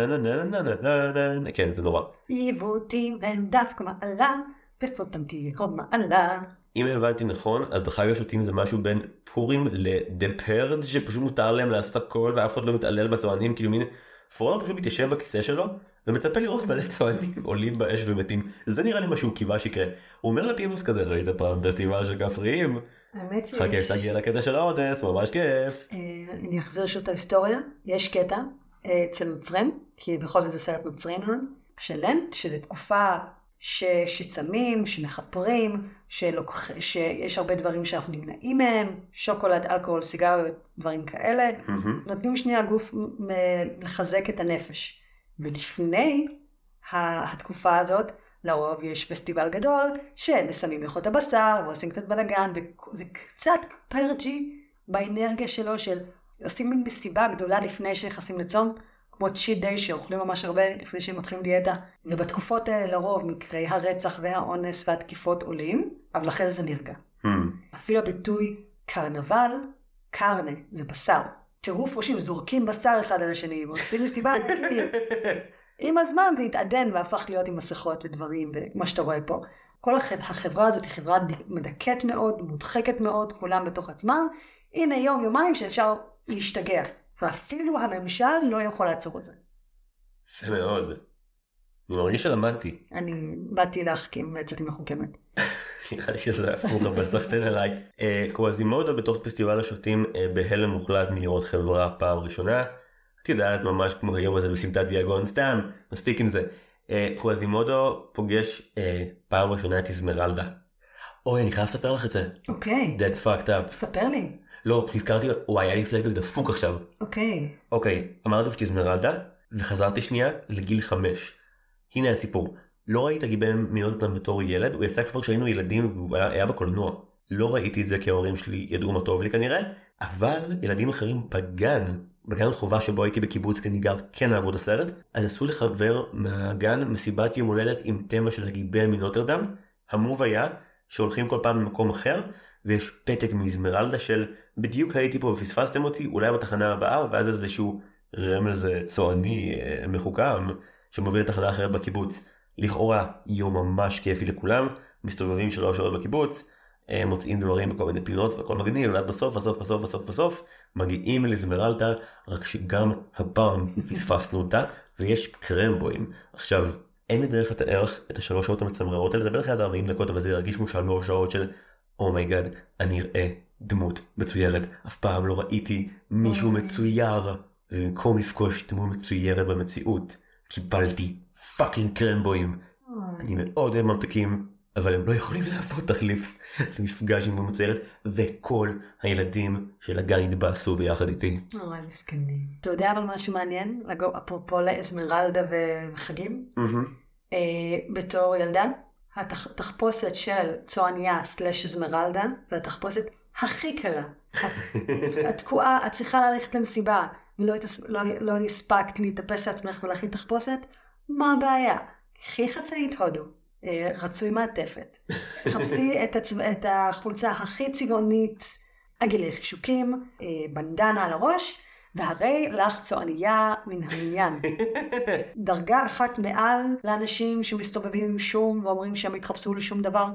כן, זה נורא. עיוותים הם דווקא מעלה, בסותם תיהוד מעלה. אם הבנתי נכון, אז חג השוטים זה משהו בין פורים לדה פרג' שפשוט מותר להם לעשות הכל ואף אחד לא מתעלל בצוענים, כאילו מין פרולו פשוט מתיישב בכיסא שלו ומצפה לראות מלא צוענים עולים באש ומתים. זה נראה לי משהו קיווה שיקרה. הוא אומר לפיבוס כזה, ראית פעם פסטיבל של כפריים? חכה שתגיע לקטע של האונס, ממש כיף. אני אחזיר שוב את ההיסטוריה. יש קטע אצל נוצרים, כי בכל זאת זה סרט נוצרים, של לנט, שזו תקופה ש... שצמים, שמחפרים, שלוקח... שיש הרבה דברים שאנחנו נמנעים מהם, שוקולד, אלכוהול, סיגריות, דברים כאלה. Mm-hmm. נותנים שנייה לגוף לחזק את הנפש. ולפני התקופה הזאת, לרוב יש פסטיבל גדול, ששמים לאכול הבשר, ועושים קצת בלגן, וזה קצת פרג'י באנרגיה שלו, של עושים מין מסיבה גדולה לפני שנכנסים לצום, כמו צ'יט דיי שאוכלים ממש הרבה לפני שהם מתחילים דיאטה. ובתקופות האלה לרוב מקרי הרצח והאונס והתקיפות עולים, אבל אחרי זה נרגע. Mm. אפילו הביטוי קרנבל, קרנה, זה בשר. טירוף ראשים, זורקים בשר אחד על השני, ועושים מסיבה, עם הזמן זה התעדן והפך להיות עם מסכות ודברים, ומה שאתה רואה פה. כל החברה הזאת היא חברה מדכאת מאוד, מודחקת מאוד, כולם בתוך עצמם. הנה יום, יומיים שאפשר להשתגע. ואפילו הממשל לא יכול לעצור את זה. יפה מאוד. אני מרגיש שלמדתי. אני באתי להחכים ויצאתי מחוכמת. נראה לי שזה הפוך, אבל סחטן עליי. קוואזימודו בתוך פסטיבל השוטים בהלם מוחלט מלראות חברה פעם ראשונה. את יודעת ממש כמו היום הזה בסמטת דיאגון, סתם, מספיק עם זה. קוואזימודו פוגש פעם ראשונה את איזמרלדה. אוי, אני חייב לספר לך את זה. אוקיי. That's fucked up. ספר לי. לא, הזכרתי, וואי, היה לי פלאשבק דפוק עכשיו. אוקיי. אוקיי, אמרתי פשוט איזמרלדה, וחזרתי שנייה לגיל חמש. הנה הסיפור. לא ראית גיבן מיניות אותם בתור ילד, הוא יצא כבר כשהיינו ילדים והוא היה, היה בקולנוע. לא ראיתי את זה כי ההורים שלי ידעו מה טוב לי כנראה, אבל ילדים אחרים בגן, בגן חובה שבו הייתי בקיבוץ כי אני גר כן אהבו את הסרט, אז עשו לחבר מהגן מסיבת יום הולדת עם תמה של הגיבן מנוטרדם. המוב היה שהולכים כל פעם למקום אחר, ויש פתק מאיזמרלדה של בדיוק הייתי פה ופספסתם אותי, אולי בתחנה הבאה, ואז איזשהו רמז צועני מחוכם שמוביל לתחנה אחרת בקיבוץ. לכאורה יום ממש כיפי לכולם, מסתובבים שלוש שעות בקיבוץ, מוצאים דברים בכל מיני פינות והכל מגניב, ואז בסוף בסוף בסוף בסוף בסוף מגיעים לאיזמרלדה, רק שגם הפעם פספסנו אותה, ויש קרמבויים. עכשיו, אין לי דרך לתאר את השלוש שעות המצמררות האלה, זה בטח היה ארבעים דקות, אבל זה ירגיש כמו שלוש שעות של אומייגאד, אני אראה דמות מצוירת. אף פעם לא ראיתי מישהו מצויר, ובמקום לפגוש דמות מצוירת במציאות, קיבלתי פאקינג קרמבויים. אני מאוד אוהב ממתקים, אבל הם לא יכולים לעבוד תחליף למפגש עם דמות מצוירת, וכל הילדים של הגן התבאסו ביחד איתי. אוי, מסכנים. אתה יודע אבל משהו מעניין? אפרופו לאיזמרלדה וחגים? בתור ילדה? התחפושת של צועניה סלש איזמרלדה, זה התחפושת הכי קלה. התקועה, את צריכה ללכת למסיבה, ולא הספקת להתאפס לעצמך ולהכין תחפושת, מה הבעיה? קחי חצאית הודו, רצוי מעטפת. חפשי את החולצה הכי צבעונית, עגילי חישוקים, בנדנה על הראש, והרי לך צועניה מן העניין. דרגה אחת מעל לאנשים שמסתובבים עם שום ואומרים שהם התחפשו לשום דבר.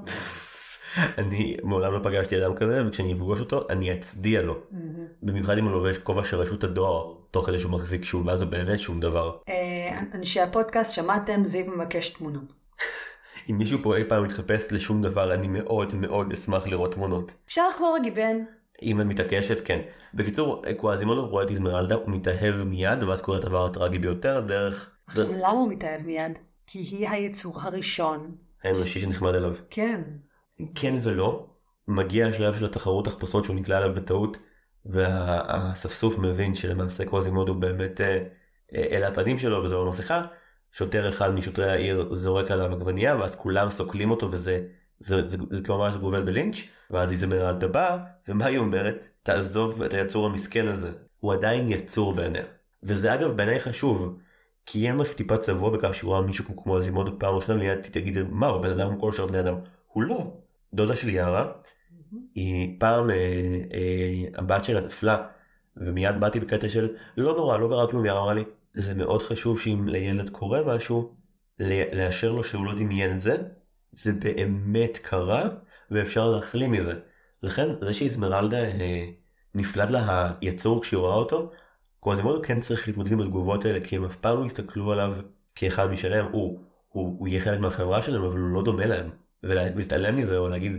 אני מעולם לא פגשתי אדם כזה, וכשאני אפגוש אותו אני אצדיע לו. במיוחד אם הוא לובש כובע של רשות הדואר, תוך כדי שהוא מחזיק שום, ואז זה באמת שום דבר. אנשי הפודקאסט, שמעתם, זיו מבקש תמונות. אם מישהו פה אי פעם מתחפש לשום דבר, אני מאוד מאוד אשמח לראות תמונות. אפשר לחזור לגיבן. אם את מתעקשת, כן. בקיצור, קוואזימודו רואה את איזמרלדה, הוא מתאהב מיד, ואז קורה הדבר הטרגי ביותר דרך... עכשיו, למה הוא מתאהב מיד? כי היא היצור הראשון. האנושי שנחמד אליו. כן. כן ולא. מגיע השלב של התחרות תחפושות שהוא נקלע עליו בטעות, והספסוף מבין שלמעשה קוואזימודו באמת אלה הפנים שלו, וזו המסכה. שוטר אחד משוטרי העיר זורק עליו עגבנייה, ואז כולם סוקלים אותו, וזה זה, זה, זה ממש גובל בלינץ', ואז איזמרלדה באה, ומה היא אומרת? תעזוב את היצור המסכן הזה. הוא עדיין יצור בעיניה. וזה אגב בעיניי חשוב, כי יהיה משהו טיפה צבוע בכך שהוא רואה מישהו כמו קוואזימודו פעם ראשונה, ליד תגיד, מה, הוא בן אדם כל שאר בני אדם? הוא לא. דודה של יערה, mm-hmm. היא פעם, אה, אה, הבת שלה נפלה, ומיד באתי בקטע של, לא נורא, לא קרה כלום, יערה אמרה לי, זה מאוד חשוב שאם לילד קורה משהו, לאשר לו שהוא לא דמיין את זה, זה באמת קרה, ואפשר להחלים מזה. לכן, זה שאיזמרלדה אה, נפלט לה היצור כשהיא רואה אותו, קוואזימודו כן צריך להתמודד עם התגובות האלה, כי הם אף פעם לא הסתכלו עליו כאחד משלהם, הוא, הוא, הוא יהיה חלק מהחברה שלהם, אבל הוא לא דומה להם. ולהתעלם מזה, או להגיד,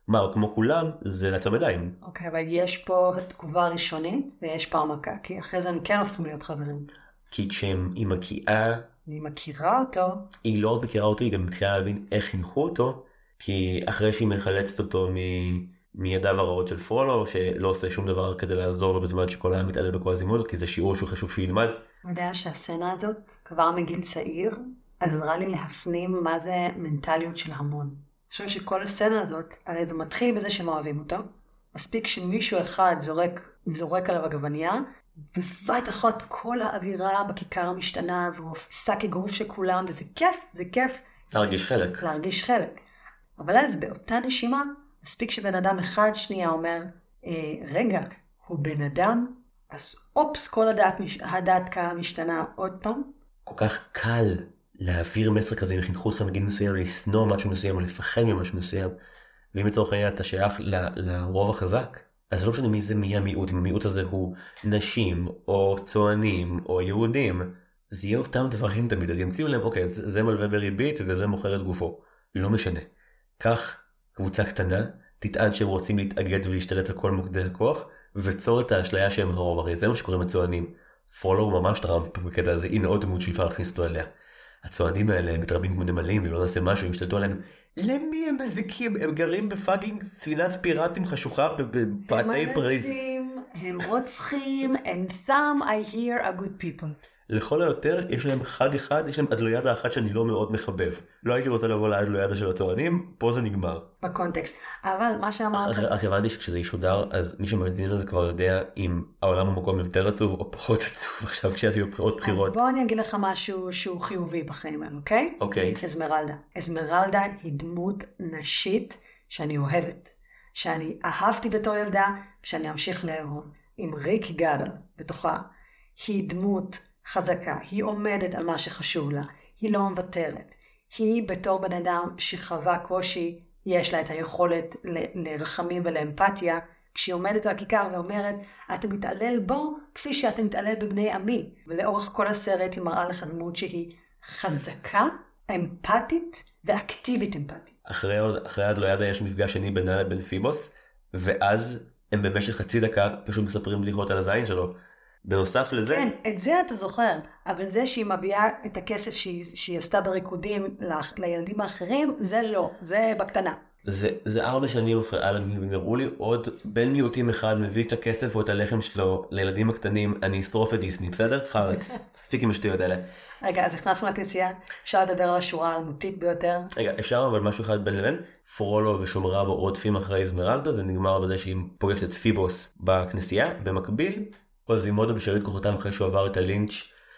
מה, כמו כולם, זה לעצום ידיים. אוקיי, אבל יש פה תגובה ראשונית, ויש פה המכה, כי אחרי זה הם כן הופכים להיות חברים. כי כשהיא מגיעה, אני מכירה אותו. היא לא רק מכירה אותו, היא גם מתחילה להבין איך חינכו אותו, כי אחרי שהיא מחלצת אותו מ... מידיו הרעות של פרולו, שלא עושה שום דבר כדי לעזור לו בזמן שכל העם מתעלל בקוואזימודו, כי זה שיעור שהוא חשוב שהוא ילמד. אני יודע שהסצנה הזאת, כבר מגיל צעיר, עזרה לי להפנים מה זה מנטליות של המון. אני חושב שכל הסצנה הזאת, הרי זה מתחיל בזה שהם אוהבים אותו, מספיק שמישהו אחד זורק, זורק עליו עגבנייה, בבת אחת כל האווירה בכיכר המשתנה, והוא עושה כגוף של כולם, וזה כיף, זה כיף. להרגיש חלק. להרגיש חלק. אבל אז באותה נשימה, מספיק שבן אדם אחד שנייה אומר, אה, רגע, הוא בן אדם, אז אופס, כל הדעת, הדעת קהל משתנה עוד פעם. כל כך קל להעביר מסר כזה עם חינכות לך מגיל מסוים, לסנוע משהו מסוים או לפחד ממשהו מסוים, ואם לצורך העניין אתה שייך ל- לרוב החזק, אז לא משנה מי זה מי המיעוט, אם המיעוט הזה הוא נשים, או צוענים, או יהודים, זה יהיה אותם דברים תמיד, אז ימציאו להם, אוקיי, זה, זה מלווה בריבית וזה מוכר את גופו. לא משנה. כך קבוצה קטנה, תטען שהם רוצים להתאגד ולהשתלט על כל מוקדי הכוח, וצור את האשליה שהם הרוב, הרי זה מה שקוראים הצוענים. פולו ממש טראמפ בקטע הזה, הנה עוד דמות שאיפה להכניס אותו אליה. הצוענים האלה הם מתרבים כמו נמלים, ולא נעשה משהו, הם השתלטו עליהם. למי הם מזיקים? הם גרים בפאקינג ספינת פיראטים חשוכה בפאתי פריז. הם מנסים, הם רוצחים, and some I hear are good people. לכל היותר יש להם חג אחד, יש להם אדלוידה אחת שאני לא מאוד מחבב. לא הייתי רוצה לבוא לאדלוידה של הצוענים, פה זה נגמר. בקונטקסט. אבל מה שאמרת... רק הבנתי שכשזה ישודר, אז מי שמאזין לזה כבר יודע אם העולם המקום יותר עצוב או פחות עצוב עכשיו כשיהיו עוד בחירות. אז בוא אני אגיד לך משהו שהוא חיובי בחיים האלה, אוקיי? אוקיי. אזמרלדה. אזמרלדה היא דמות נשית שאני אוהבת. שאני אהבתי בתור ילדה, שאני אמשיך לאהוב. עם ריק גאדל בתוכה. היא דמות חזקה. היא עומדת על מה שחשוב לה. היא לא מוותרת. היא בתור בן אדם שחווה קושי, יש לה את היכולת ל- לרחמים ולאמפתיה, כשהיא עומדת על הכיכר ואומרת, אתה מתעלל בו כפי שאתה מתעלל בבני עמי. ולאורך כל הסרט היא מראה לך דמות שהיא חזקה, אמפתית ואקטיבית אמפתית. אחרי, אחרי הדלוידה יש מפגש שני בינה לבין פיבוס, ואז הם במשך חצי דקה פשוט מספרים בדיחות על הזין שלו. בנוסף לזה... כן, את זה אתה זוכר, אבל זה שהיא מביאה את הכסף שהיא, שהיא עשתה בריקודים ל, לילדים האחרים, זה לא, זה בקטנה. זה, זה ארבע שנים אחרי אלן, ונראו לי עוד בן מיעוטים אחד מביא את הכסף או את הלחם שלו לילדים הקטנים, אני אשרוף את דיסני, בסדר? חלץ, ספיק עם השטויות האלה. רגע, אז הכנסנו לכנסייה, אפשר לדבר על השורה האלמותית ביותר. רגע, אפשר אבל משהו אחד בין לבין, פרולו ושומריו רודפים אחרי אזמרלדה, זה נגמר בזה שהיא פוגשת את פיבוס בכנסייה, במקביל, קוואזימודו בשארית כוחותם אחרי שהוא עבר את הלינץ'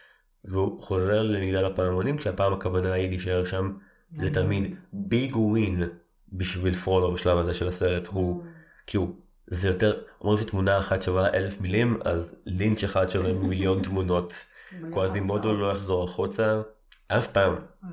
והוא חוזר למגדל הפעמונים, כשהפעם הכוונה היא להישאר שם לתמיד. ביג ווין בשביל פרולו בשלב הזה של הסרט, הוא, כאילו, זה יותר, אומרים שתמונה אחת שווה אלף מילים, אז לינץ' אחד שווה מיליון תמונות. קוואזימודו לא יחזור החוצה, אף פעם.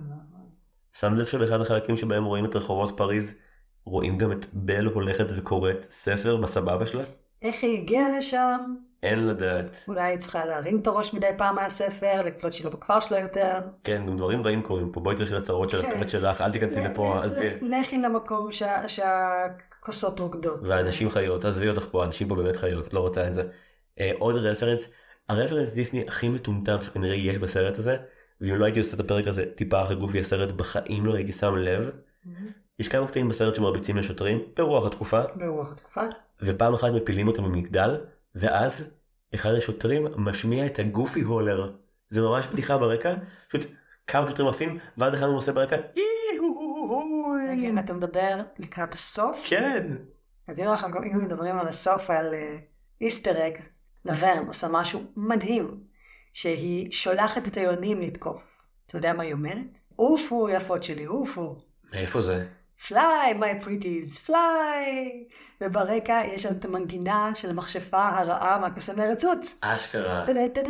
שם לב שבאחד החלקים שבהם רואים את רחובות פריז, רואים גם את בל הולכת וקוראת ספר בסבבה שלה? איך היא הגיעה לשם? אין לדעת. אולי היא צריכה להרים את הראש מדי פעם מהספר, לקלוט שלא בכפר שלו יותר. כן, דברים רעים קורים פה, בואי תלכי לצרות של הסרט שלך, אל תיכנסי לפה. לכי למקום שהכוסות רוקדות. והאנשים חיות, עזבי אותך פה, האנשים פה באמת חיות, לא רוצה את זה. עוד רפרנס, הרפרנס דיסני הכי מטומטם שכנראה יש בסרט הזה, ואם לא הייתי עושה את הפרק הזה טיפה אחרי גופי הסרט, בחיים לא הייתי שם לב. יש כמה קטעים בסרט שמרביצים לשוטרים, ברוח התקופה. ברוח התקופה. ופעם אחת מפילים אותם במגדל, ואז אחד השוטרים משמיע את הגופי הולר. זה ממש בדיחה ברקע, פשוט כמה שוטרים עפים, ואז אחד הוא עושה ברקע, רגע, אתה מדבר לקראת הסוף? כן. אז אם אנחנו מדברים על הסוף, על איסטר אג, לברן עושה משהו מדהים, שהיא שולחת את היונים לתקוף. אתה יודע מה היא אומרת? אופו יפות שלי, אופו. מאיפה זה? fly my pretties, fly. וברקע יש שם את המנגינה של המכשפה הרעה מהקוסם הרצוץ. אשכרה.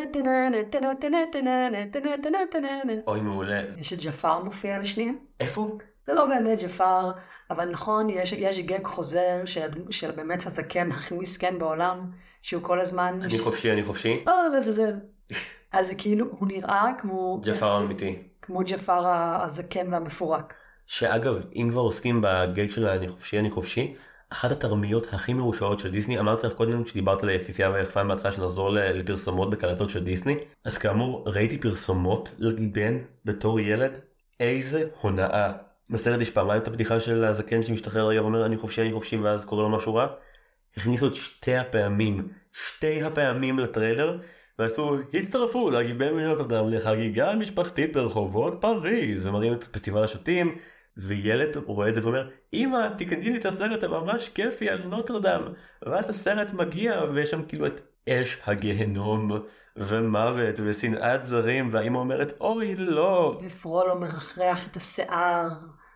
אוי מעולה. יש את ג'פר מופיע לשנייה. איפה? זה לא באמת ג'פר, אבל נכון, יש, יש גג חוזר של, של באמת הזקן הכי מסכן בעולם, שהוא כל הזמן... אני חופשי, אני חופשי. אה, זה זה. אז זה כאילו, הוא נראה כמו... ג'פר אמיתי. כמו ג'פר הזקן והמפורק. שאגב, אם כבר עוסקים בגג של אני חופשי, אני חופשי, אחת התרמיות הכי מרושעות של דיסני, אמרתי לך קודם שדיברת על היפיפייה והיחפן בהתחלה שנחזור לפרסומות בקלטות של דיסני, אז כאמור ראיתי פרסומות לגיבן בתור ילד, איזה הונאה. בסרט יש פעמיים את הבדיחה של הזקן שמשתחרר רגע ואומר אני חופשי אני חופשי ואז קורא לו משהו רע. הכניסו את שתי הפעמים, שתי הפעמים לטריילר, ועשו הצטרפו לגיבן מנוטרדם לחגיגה משפחתית ברחובות פריז, ומראים את פסטיבל השוטים, וילד רואה את זה ואומר אמא תקני לי את הסרט הממש כיפי על נוטרדם, ואז הסרט מגיע ויש שם כאילו את אש הגהנום ומוות ושנאת זרים, והאמא אומרת אוי לא, ופרולו מרחרח את השיער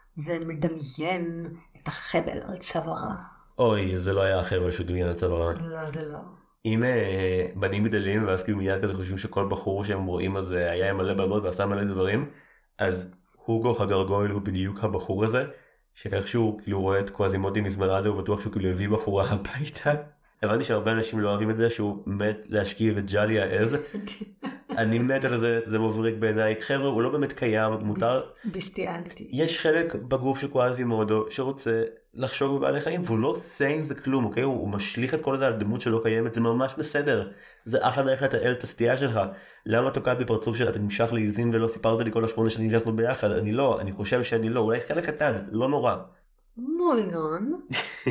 ומדמיין את החבל על צווארה. אוי זה לא היה החבל שדמיין על צווארה. לא זה לא. אם uh, בנים גדלים ואז כאילו מיד כזה חושבים שכל בחור שהם רואים אז היה מלא בנות ועשה מלא דברים, אז הוגו הגרגויל הוא בדיוק הבחור הזה, שכך שהוא כאילו רואה את קוואזימודי מזמרדו, הוא בטוח שהוא כאילו הביא בחורה הביתה. הבנתי שהרבה אנשים לא אוהבים את זה, שהוא מת להשכיב את ג'אלי העז. אני מת על זה, זה מבריק בעיניי. חבר'ה, הוא לא באמת קיים, מותר. ביסטיאליטי. יש חלק בגוף של קוואזימודו שרוצה לחשוב בבעלי חיים, והוא לא עושה עם זה כלום, אוקיי? הוא, הוא משליך את כל זה על דמות שלא קיימת, זה ממש בסדר. זה אחלה דרך לתאר את הסטייה שלך. למה תוקעת בפרצוף שלה, אתה נמשך לעיזים ולא סיפרת לי כל השמונה שנים שאנחנו ביחד? אני לא, אני חושב שאני לא, אולי חלק קטן, לא נורא. מוליגון.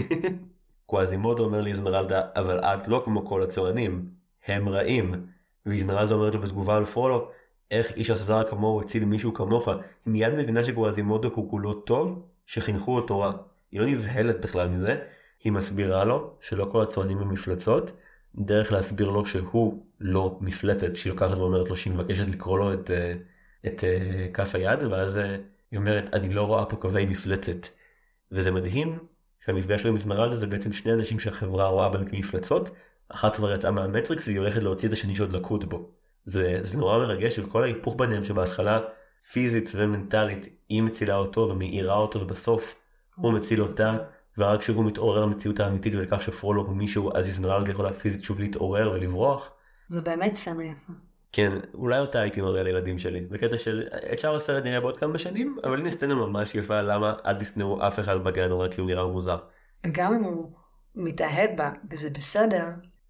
קוואזימודו אומר לאזמרלדה, אבל את לא כמו כל הצוענים, הם רעים. ואזמרלדה אומרת לו בתגובה על פרולו, איך איש אכזר כמוהו הציל מישהו כמוך? היא מיד מבינה שקוואזימודו הוא כולו טוב, שחינכו אותו רע. היא לא נבהלת בכלל מזה, היא מסבירה לו שלא כל הצוענים הם מפלצות, דרך להסביר לו שהוא לא מפלצת, שהיא לוקחת ואומרת לו שהיא מבקשת לקרוא לו את, את, את כף היד, ואז היא אומרת, אני לא רואה פה קווי מפלצת. וזה מדהים שהמפגש שלו עם אזמרלדה זה בעצם שני אנשים שהחברה רואה בהם כמפלצות, אחת כבר יצאה מהמטריקס והיא הולכת להוציא את השני שעוד לקוד בו. זה, זה נורא מרגש, וכל ההיפוך ביניהם שבהתחלה פיזית ומנטלית היא מצילה אותו ומאירה אותו, ובסוף הוא מציל אותה, ורק כשהוא מתעורר למציאות האמיתית ולכך שפרולו הוא מישהו, אז אזמרלדה יכולה פיזית שוב להתעורר ולברוח. זה באמת סצנה יפה. כן, אולי אותה הייתי מראה לילדים שלי, בקטע של את שאר הסרט נראה בעוד כמה שנים, אבל הנה סצנה ממש יפה, למה אל תשנאו אף אחד בגן, רק כי הוא נראה מוזר. גם אם הוא מתאהב בה, וזה בסדר,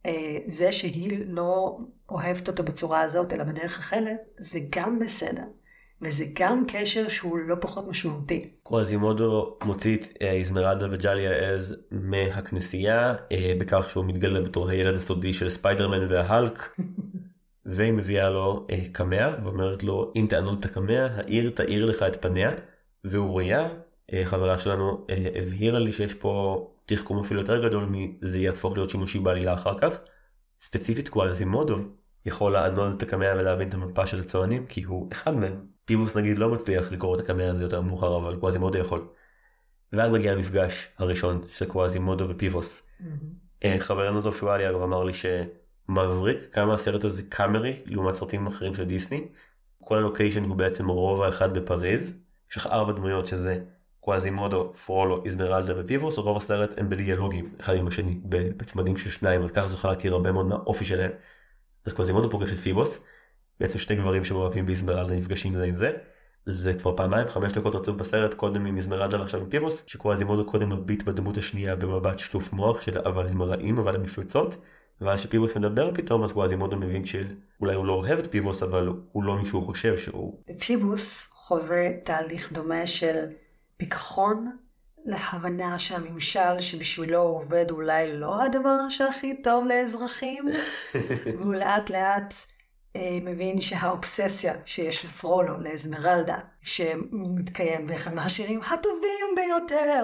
זה שהיא לא אוהבת אותו בצורה הזאת, אלא בדרך אחרת, זה גם בסדר. וזה גם קשר שהוא לא פחות משמעותי. קוואזימודו מוציא את אזמרלדה וג'אלי העז מהכנסייה, בכך שהוא מתגלה בתור הילד הסודי של ספיידרמן וההלק, והיא מביאה לו קמע, ואומרת לו, אם תענוד את הקמע, העיר תאיר לך את פניה, ואוריה, חברה שלנו, הבהירה לי שיש פה תחכום אפילו יותר גדול מזה יהפוך להיות שימושי בעלילה אחר כך. ספציפית קוואזימודו יכול לענוד את הקמע ולהבין את המפה של הצוענים, כי הוא אחד מהם. פיבוס נגיד לא מצליח לקרוא את הקמע הזה יותר מאוחר, אבל קוואזימודו יכול. ואז מגיע המפגש הראשון של קוואזימודו ופיבוס. Mm-hmm. חברנו טוב שואלי אגב אמר לי שמבריק כמה הסרט הזה קאמרי לעומת סרטים אחרים של דיסני. כל הלוקיישן הוא בעצם רובע אחד בפריז. יש לך ארבע דמויות שזה קוואזימודו, פרולו, אזמרלדה ופיבוס, רוב הסרט הם בדיאלוגים אחד עם השני, בצמדים של שניים, וכך זוכה להכיר הרבה מאוד מהאופי שלהם. אז קוואזימודו פוגש את פיבוס, בעצם שני גברים שמאוהבים באזמרלדה נפגשים זה עם זה. זה כבר פעמיים, חמש דקות רצוף בסרט, קודם עם אזמרלדה ועכשיו עם פיבוס, שקוואזימודו קודם מביט בדמות השנייה במבט שטוף מוח של אבל הם רעים אבל הם מפלצות, ואז שפיבוס מדבר פתאום, אז קוואזימודו מבין שאולי הוא לא אוהב את פיבוס, אבל הוא לא מישהו חושב שהוא. פיבוס חווה תהליך דומה של פיכחון, להבנה שהממשל שבשבילו עובד אולי לא הדבר שהכי טוב לאזרחים, והוא לאט לאט אה, מבין שהאובססיה שיש לפרולו, לאזמרלדה, שמתקיים באחד מהשירים הטובים ביותר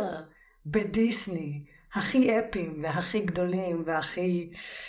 בדיסני, הכי אפיים והכי גדולים והכי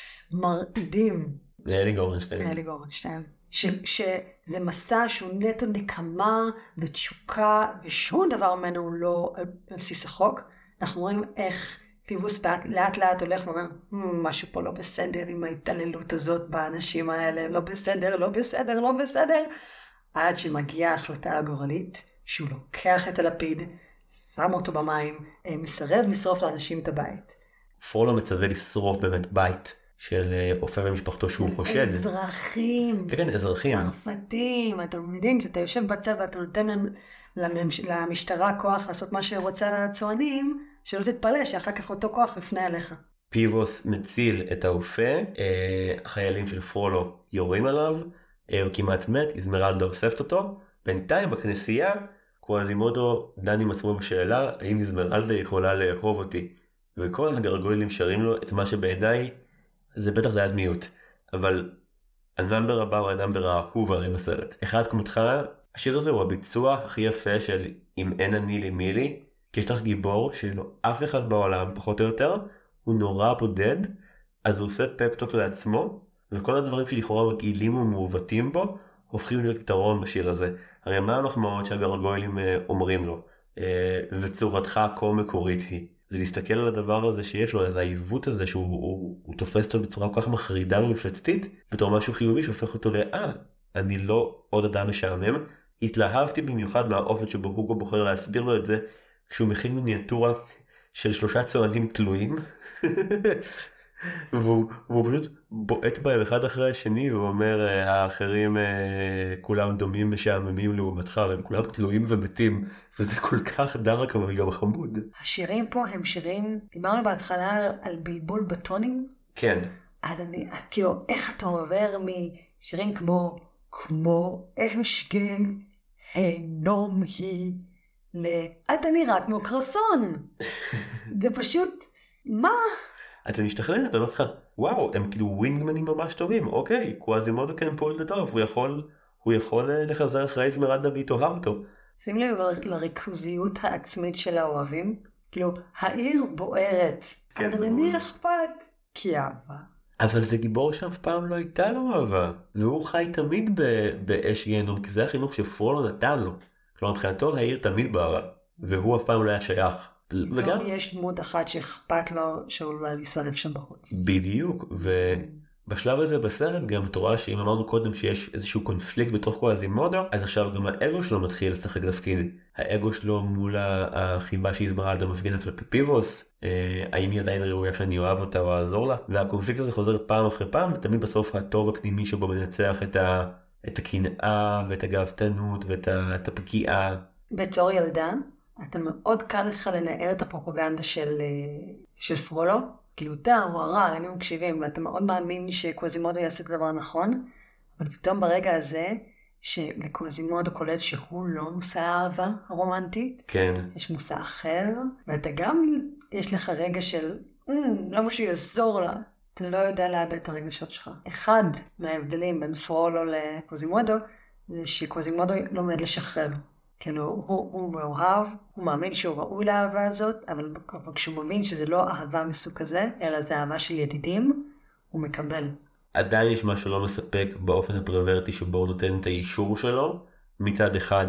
מרעידים. אלי גורנשטיין. אלי גורנשטיין. ש, שזה מסע שהוא נטו נקמה ותשוקה ושום דבר ממנו הוא לא בסיס החוק. אנחנו רואים איך פיבוס לאט לאט הולך ואומר, משהו פה לא בסדר עם ההתעללות הזאת באנשים האלה, לא בסדר, לא בסדר, לא בסדר, עד שמגיעה ההחלטה הגורלית שהוא לוקח את הלפיד, שם אותו במים, מסרב לשרוף לאנשים את הבית. פרולו מצווה לשרוף באמת בית של אופה ומשפחתו שהוא חושד. אזרחים. כן, אזרחים. צרפתים. אתה מבין שאתה יושב בצד ואתה נותן למשטרה כוח לעשות מה שרוצה לצוענים, שלא תתפלא שאחר כך אותו כוח יפנה אליך. פיבוס מציל את האופה, החיילים של פרולו יורים עליו, הוא כמעט מת, איזמרלדה אוספת אותו, בינתיים בכנסייה, קוואזימודו דן עם עצמו בשאלה, האם איזמרלדה יכולה לאהוב אותי, וכל הגרגוילים שרים לו את מה שבעיניי, זה בטח ליד מיעוט, אבל הנאמבר הבא הוא הנאמבר האהוב הרי בסרט. אחד כמותך, השיר הזה הוא הביצוע הכי יפה של אם אין אני לי מי לי, כי יש לך גיבור שלא אף אחד בעולם פחות או יותר, הוא נורא בודד, אז הוא עושה פפטוק לעצמו, וכל הדברים שלכאורה מגעילים ומעוותים בו, הופכים להיות יתרון בשיר הזה. הרי מה המחמאות שהגרגוילים אומרים לו, וצורתך כה מקורית היא. זה להסתכל על הדבר הזה שיש לו, על העיוות הזה שהוא הוא, הוא תופס אותו בצורה כל כך מחרידה ומפלצתית, בתור משהו חיובי שהופך אותו לאה, אני לא עוד אדם משעמם. התלהבתי במיוחד מהאופן שבו הוגו בוחר להסביר לו את זה, כשהוא מכין מיניאטורה של שלושה צוענים תלויים, והוא, והוא פשוט בועט בהם אחד אחרי השני, והוא אומר, האחרים כולם דומים משעממים לעומתך, והם כולם תלויים ומתים, וזה כל כך דרק אבל גם חמוד. השירים פה הם שירים, דיברנו בהתחלה על בלבול בטונים? כן. אז אני, כאילו, איך אתה עובר משירים כמו, כמו, איך משגן, הנום היא, אתה נראה כמו קרסון. זה פשוט, מה? אתה משתכנע, אתה לא צריכה, וואו, הם כאילו ווינגמנים ממש טובים, אוקיי, קוואזימודו כן פועל לטוב, הוא יכול, הוא יכול לחזר אחרי איזמרלדה והתאהב אותו. שים לב לריכוזיות העצמית של האוהבים, כאילו, העיר בוערת, כן, אבל למי אכפת? כי אהבה. אבל זה גיבור שאף פעם לא הייתה לו אהבה, והוא חי תמיד באש גיהנום, כי זה החינוך שפרולו נתן לו. כלומר, מבחינתו העיר תמיד בערה, והוא אף פעם לא היה שייך. וגם יש דמות אחת שאכפת לו שהוא לא ישרף שם בחוץ. בדיוק, ובשלב הזה בסרט גם אתה רואה שאם אמרנו קודם שיש איזשהו קונפליקט בתוך קוואזימודו, אז עכשיו גם האגו שלו מתחיל לשחק תפקיד. האגו שלו מול החיבה שאיזמרלדה מפגינת כלפי פיבוס, האם היא עדיין ראויה שאני אוהב אותה או אעזור לה, והקונפליקט הזה חוזר פעם אחרי פעם, ותמיד בסוף הטוב הפנימי שבו מנצח את ה... את הקנאה ואת הגאוותנות ואת את הפגיעה. בתור ילדה, אתה מאוד קל לך לנהל את הפרופגנדה של, של פרולו, כאילו אתה הוא הרע, היינו מקשיבים, ואתה מאוד מאמין שקוואזימודו יעשה את הדבר הנכון, אבל פתאום ברגע הזה, שלקוואזימודו קולט שהוא לא מושא האהבה הרומנטית, כן. יש מושא אחר, ואתה גם, יש לך רגע של, למה שהוא יעזור לה? אתה לא יודע לאבד את הרגשות שלך. אחד מההבדלים בין פרולו לקוואזימודו, זה שקוואזימודו לומד לשחרר. כאילו, הוא, הוא מאוהב, הוא מאמין שהוא ראוי לאהבה הזאת, אבל כשהוא מאמין שזה לא אהבה מסוג כזה, אלא זה אהבה של ידידים, הוא מקבל. עדיין יש משהו לא מספק באופן הפרוורטי שבו הוא נותן את האישור שלו, מצד אחד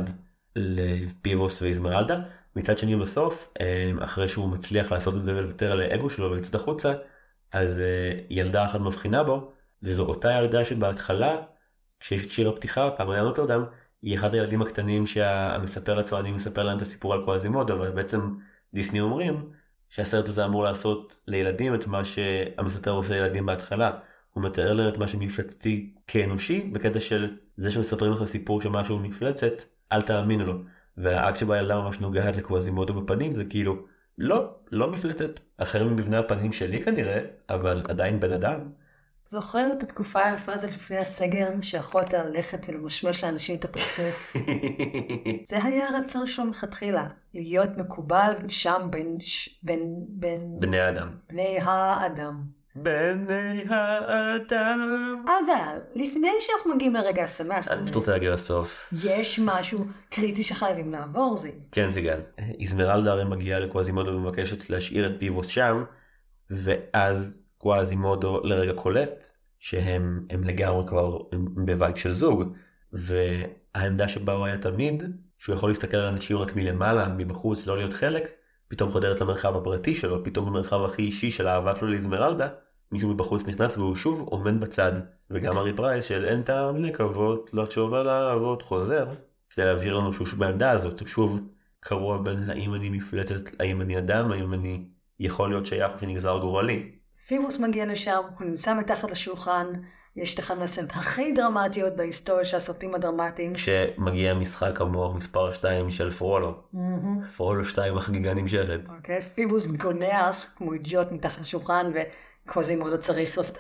לפיבוס ואיזמרלדה, מצד שני בסוף, אחרי שהוא מצליח לעשות את זה ולוותר על האגו שלו ולצאת החוצה, אז uh, ילדה אחת מבחינה בו, וזו אותה ילדה שבהתחלה, כשיש את שיר הפתיחה, פעם היה נוטרדם, היא אחד הילדים הקטנים שהמספר הצועני מספר להם את הסיפור על קוואזימודו, אבל בעצם דיסני אומרים שהסרט הזה אמור לעשות לילדים את מה שהמספר עושה לילדים בהתחלה. הוא מתאר להם את מה שמפלצתי כאנושי, בקטע של זה שמספרים לך סיפור שמשהו מפלצת, אל תאמינו לו. והאקט שבה ילדה ממש נוגעת לקוואזימודו בפנים, זה כאילו, לא, לא מפלצת. אחר מבנה הפנים שלי כנראה, אבל עדיין בן אדם. זוכר את התקופה היפה הזאת לפני הסגר, שיכולת ללכת ולמשמש לאנשים את הפרצוף? זה היה הרצון שלו מלכתחילה, להיות מקובל שם בין, בין, בין... בני האדם. בני האדם. בני האדם. אבל, לפני שאנחנו מגיעים לרגע השמח, אז אתה רוצה להגיע לסוף. יש משהו קריטי שחייבים לעבור זה. כן, סיגל. איזמרלדה הרי מגיעה לקוואזימודו ומבקשת להשאיר את פיבוס שם, ואז קוואזימודו לרגע קולט שהם הם לגמרי כבר בבית של זוג, והעמדה שבה הוא היה תמיד, שהוא יכול להסתכל על אנשים רק מלמעלה, מבחוץ, לא להיות חלק, פתאום חודרת למרחב הפרטי שלו, פתאום במרחב הכי אישי של האהבה שלו לאיזמרלדה, מישהו מבחוץ נכנס והוא שוב עומד בצד, וגם הרי פרייס של אין טעם לקוות, לחשוב על האהבות, חוזר, כדי להבהיר לנו שהוא שוב בעמדה הזאת, הוא שוב קרוע בין האם אני מפלצת, האם אני אדם, האם אני יכול להיות שייך או שנגזר גורלי. פיבוס מגיע לשם, הוא נמצא מתחת לשולחן, יש את אחד מהסצנות הכי דרמטיות בהיסטוריה של הסרטים הדרמטיים. כשמגיע משחק המוח מספר שתיים של פרולו. Mm-hmm. פרולו שתיים החגיגה נמשכת. אוקיי, פיבוס גונח כמו אידיוט מתחת לשולחן, וקווזימודו צריך לעשות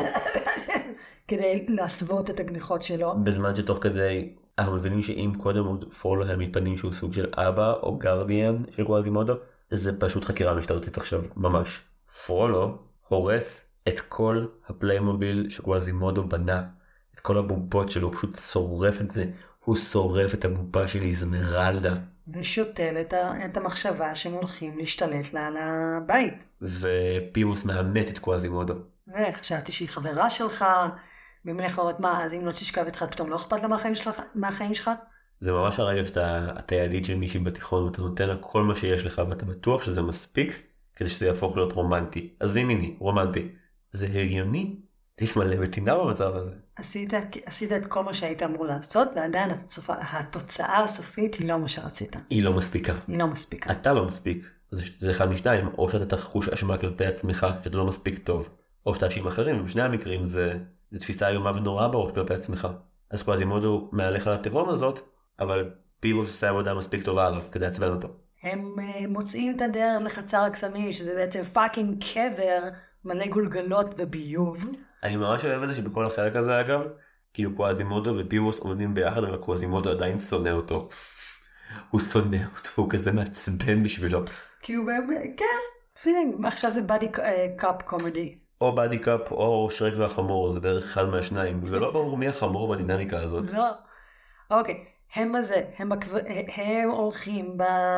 כדי להסוות את הגניחות שלו. בזמן שתוך כדי, אנחנו מבינים שאם קודם פרולו היה מתפנים שהוא סוג של אבא או גרדיאן של קווזימודו, זה פשוט חקירה משטרתית עכשיו, ממש. פרולו הורס את כל הפליימוביל שקווזימודו בנה, את כל הבובות שלו, הוא פשוט שורף את זה, הוא שורף את הבובה של איזמרלדה. ושותל את, ה- את המחשבה שהם הולכים להשתלט לה על הבית. ופיבוס מאמת את קווזימודו. וחשבתי שהיא חברה שלך, במיני אחרות, מה, אז אם לא תשכב איתך, פתאום לא אכפת לה מהחיים שלך? מהחיים שלך? זה ממש הרגע שאתה אתה ידיד של מישהי בתיכון, ואתה נותן לה כל מה שיש לך, ואתה בטוח שזה מספיק, כדי שזה יהפוך להיות רומנטי. אז מי מיני, רומנטי. זה הגיוני להתמלא בטינה במצב הזה. עשית, עשית את כל מה שהיית אמור לעשות, ועדיין התוצאה, התוצאה הסופית היא לא מה שרצית. היא לא מספיקה. היא לא מספיקה. אתה לא מספיק. זה, זה אחד משניים, או שאתה תחוש אשמה כלפי עצמך, שאתה לא מספיק טוב, או שאתה אשים אחרים. בשני המקרים זה, זה תפיסה איומה ונוראה בראש כלפי עצמך. אז קווזימודו מהלך על התהום הזאת, אבל פיבוס עושה עבודה מספיק טובה עליו, כדי לעצבן אותו. הם uh, מוצאים את הדרך לחצר הקסמים, שזה בעצם פאקינג קבר, מלא גולגלות וביוב. אני ממש אוהב את זה שבכל החלק הזה אגב, כאילו קווזימודו ופיבוס עומדים ביחד, אבל קווזימודו עדיין שונא אותו. הוא שונא אותו, הוא כזה מעצבן בשבילו. כי הוא באמת, כן, עכשיו זה בדי קאפ קומדי. או בדי קאפ או שרק והחמור, זה בערך אחד מהשניים, ולא ברור מי החמור בדינמיקה הזאת. לא, אוקיי. הם בזה, הם, בקו... הם הולכים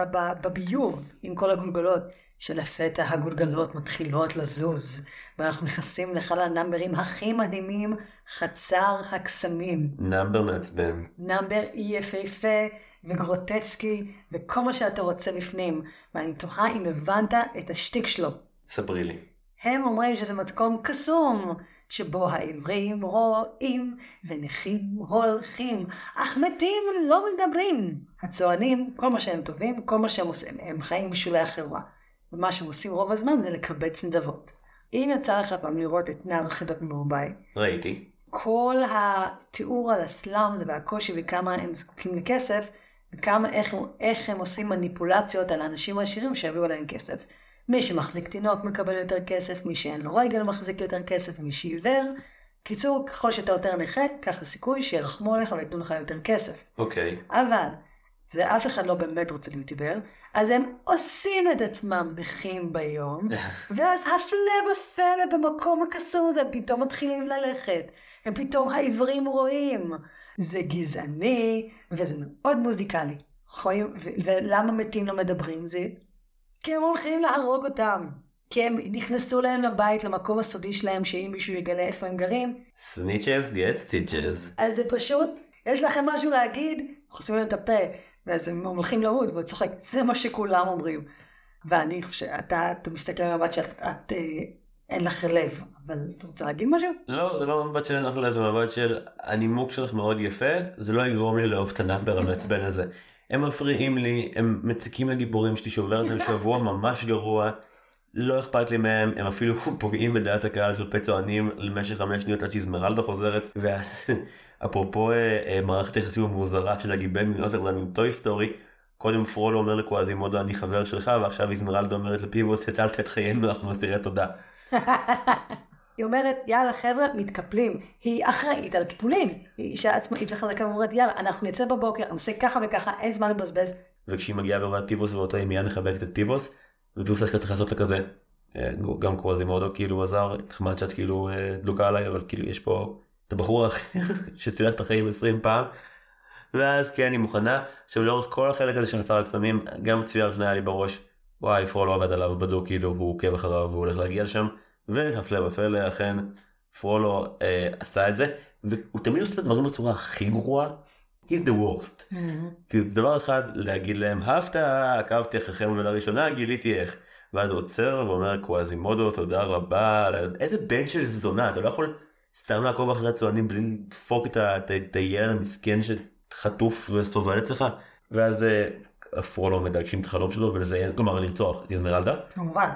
בביוב עם כל הגולגלות, שלפתע הגולגלות מתחילות לזוז, ואנחנו נכנסים לאחד הנאמברים הכי מדהימים, חצר הקסמים. נאמבר מעצבן. נאמבר יפהפה וגרוטסקי, וכל מה שאתה רוצה בפנים, ואני תוהה אם הבנת את השטיק שלו. ספרי לי. הם אומרים שזה מתקום קסום, שבו העברים רואים ונכים הולכים, אך מתים לא מדברים. הצוענים, כל מה שהם טובים, כל מה שהם עושים, הם חיים בשולי החברה. ומה שהם עושים רוב הזמן זה לקבץ נדבות. אם יצא לך פעם לראות את נער חידות מרובעי, ראיתי. כל התיאור על הסלאמס והקושי וכמה הם זקוקים לכסף, וכמה איך, איך הם עושים מניפולציות על האנשים העשירים שהביאו עליהם כסף. מי שמחזיק תינוק מקבל יותר כסף, מי שאין לו רגל מחזיק יותר כסף, מי שעיוור. קיצור, ככל שאתה יותר נכה, כך הסיכוי שירחמו עליך ויתנו לך יותר כסף. אוקיי. Okay. אבל, זה אף אחד לא באמת רוצה להתעבר, אז הם עושים את עצמם נכים ביום, ואז הפלא ופלא במקום הקסום הזה, הם פתאום מתחילים ללכת, הם פתאום העברים רואים. זה גזעני, וזה מאוד מוזיקלי. ולמה מתים לא מדברים? זה... כי הם הולכים להרוג אותם. כי הם נכנסו להם לבית, למקום הסודי שלהם, שאם מישהו יגלה איפה הם גרים. Snitches get stitches. אז זה פשוט, יש לכם משהו להגיד, חוסמים את הפה, ואז הם הולכים לעוד, והוא צוחק. זה מה שכולם אומרים. ואני חושב, אתה, אתה מסתכל על המבט שאת, את, אה, אין לך לב, אבל אתה רוצה להגיד משהו? לא, זה לא מבט של אין לך לב, זה מבט של הנימוק שלך מאוד יפה, זה לא יגרום לי לאהוב את הנאמבר המעצבן הזה. הם מפריעים לי, הם מציקים לגיבורים שלי שעוברת על שבוע ממש גרוע, לא אכפת לי מהם, הם אפילו פוגעים בדעת הקהל של פצוענים למשך חמש שניות עד שאיזמרלדה חוזרת, ואז אפרופו מערכת היחסים המוזרה של הגיבן מנוטרדם עם טוי סטורי, קודם פרולו אומר לקווזימודו אני חבר שלך, ועכשיו איזמרלדה אומרת לפיבוס הצלת את חיינו, אנחנו מסירי תודה. היא אומרת, יאללה חבר'ה, מתקפלים. היא אחראית על הקיפולים. היא אישה עצמאית וחזקה ואומרת, יאללה, אנחנו נצא בבוקר, נעשה ככה וככה, אין זמן לבזבז. וכשהיא מגיעה בבת פיבוס ואותו היא מיד מחבקת את פיבוס, ופיבוס אשכרה צריך לעשות לה כזה, גם קווזימודו כאילו עזר, נחמד שאת כאילו דלוקה עליי, אבל כאילו יש פה את הבחור האחר שצילח את החיים עשרים פעם, ואז כן, היא מוכנה. עכשיו לאורך כל החלק הזה של חצר הקסמים, גם צפייה ראשונה היה לי בראש, וואי, פרולו עבד עליו בדוק, כאילו הוא עוקב אחריו והוא הולך להגיע לשם. והפלא ופלא, אכן פרולו אה, עשה את זה, והוא תמיד עושה את הדברים בצורה הכי גרועה. He's the worst. Mm-hmm. כי זה דבר אחד להגיד להם, הפתעה, עקבתי אחריכם ולראשונה, גיליתי איך. ואז הוא עוצר ואומר, קווזימודו, תודה רבה. איזה בן של זונה, אתה לא יכול סתם לעקוב אחרי הצוענים בלי לדפוק את הילד המסכן שחטוף וסובל אצלך. ואז אה, פרולו מדגשים את החלום שלו ולזיין, כלומר לרצוח את איזמרלדה. כמובן.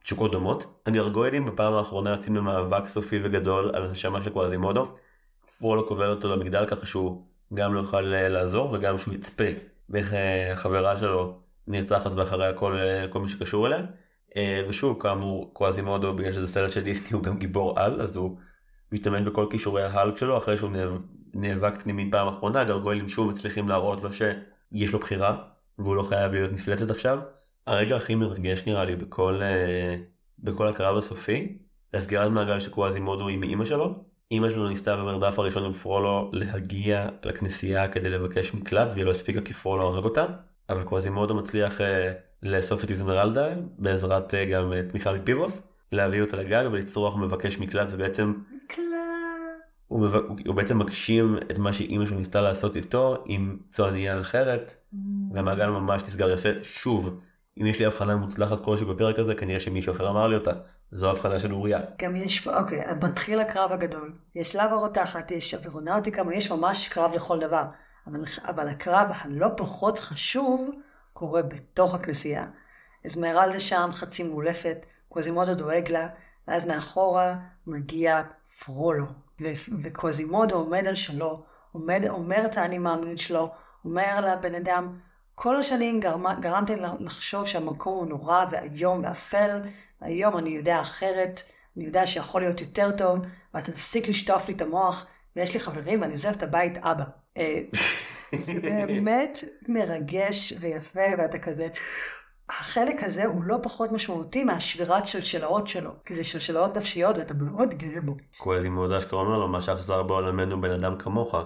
תשוקות דומות. הגרגוידים בפעם האחרונה יוצאים במאבק סופי וגדול על הנשמה של קוואזימודו. פרולו כובל אותו למגדל ככה שהוא גם לא יוכל לעזור וגם שהוא יצפה באיך החברה שלו נרצחת ואחריה כל, כל מי שקשור אליה. ושוב, כאמור, קוואזימודו, בגלל שזה סרט של דיסני, הוא גם גיבור על, אז הוא משתמש בכל כישורי ההלק שלו, אחרי שהוא נאבק פנימית פעם האחרונה. הגרגוידים שוב מצליחים להראות לו שיש לו בחירה, והוא לא חייב להיות מפלצת עכשיו. הרגע הכי מרגש נראה לי בכל, בכל הקרב הסופי, לסגירת מעגל שקוואזימודו עם אמא שלו. אמא שלו ניסתה במרדף הראשון עם פרולו להגיע לכנסייה כדי לבקש מקלט, והיא לא הספיקה כי פרולו הרג אותה. אבל קוואזימודו מצליח אה, לאסוף את איזמרלדה, בעזרת אה, גם אה, תמיכה מפיבוס, להביא אותה לגג ולצרוח מבקש מקלט, ובעצם הוא, מבק... הוא בעצם מגשים את מה שאמא שלו ניסתה לעשות איתו, עם צועניה אחרת, mm. והמעגל ממש נסגר יפה. שוב, אם יש לי הבחנה מוצלחת כלשהו בפרק הזה, כנראה שמישהו אחר אמר לי אותה. זו הבחנה של אוריה. גם יש פה, אוקיי, מתחיל הקרב הגדול. יש שלב הרותחת, יש אווירונאוטיקה, יש ממש קרב לכל דבר. אבל, אבל הקרב הלא פחות חשוב קורה בתוך הכנסייה. איזמרלדה שם חצי מולפת, קוואזימודו דואג לה, ואז מאחורה מגיע פרולו. ו- וקוואזימודו עומד על שלו, עומד, אומר את האני מאמין שלו, אומר לבן אדם, כל השנים גרמה, גרמתם לחשוב שהמקום הוא נורא והיום ואפל, היום אני יודע אחרת, אני יודע שיכול להיות יותר טוב, ואתה תפסיק לשטוף לי את המוח, ויש לי חברים ואני עוזב את הבית אבא. זה באמת מרגש ויפה, ואתה כזה, החלק הזה הוא לא פחות משמעותי מהשבירת שלשלאות שלו, כי זה שלשלאות נפשיות ואתה מאוד גאה בו. קוואזימודו אשכרה אומר לו, מה שאכזר בעולמנו בן אדם כמוך.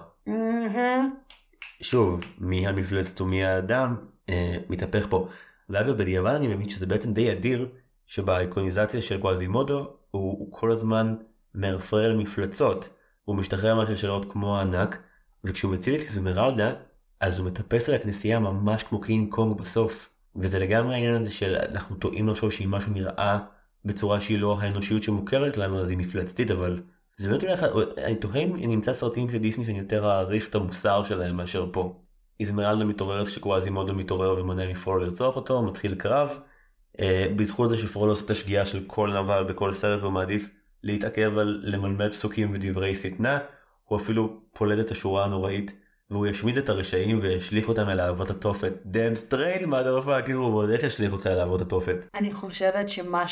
שוב, מי המפלצת ומי האדם אה, מתהפך פה. ואגב, בדיעבד אני מבין שזה בעצם די אדיר, שבאיקוניזציה של קוואזימודו הוא, הוא כל הזמן מרפרר על מפלצות. הוא משתחרר מהשלשלות כמו הענק, וכשהוא מציל את איזמרלדה, אז הוא מטפס על הכנסייה ממש כמו קינג קונג בסוף. וזה לגמרי העניין הזה של אנחנו טועים לחשוב שהיא משהו נראה בצורה שהיא לא האנושיות שמוכרת לנו, אז היא מפלצתית, אבל זה באמת אולי אחד, אני תוהה אם נמצא סרטים של דיסני שאני יותר אעריך את המוסר שלהם מאשר פה. איזמרלדה מתעוררת שקוואזימודו מתעורר ומונע מפרולו לרצוח אותו, מתחיל קרב. בזכות זה שפרולו עושה את השגיאה של כל נבל בכל סרט, והוא מעדיף להתעכב על למלמל פסוקים ודברי שטנה, הוא אפילו פולט את השורה הנוראית, והוא ישמיד את הרשעים וישליך אותם אל אהבות התופת. damn straight, מה אתה מפק, כאילו, הוא עוד איך ישליך אותך אל אהבות התופת. אני חושבת שמה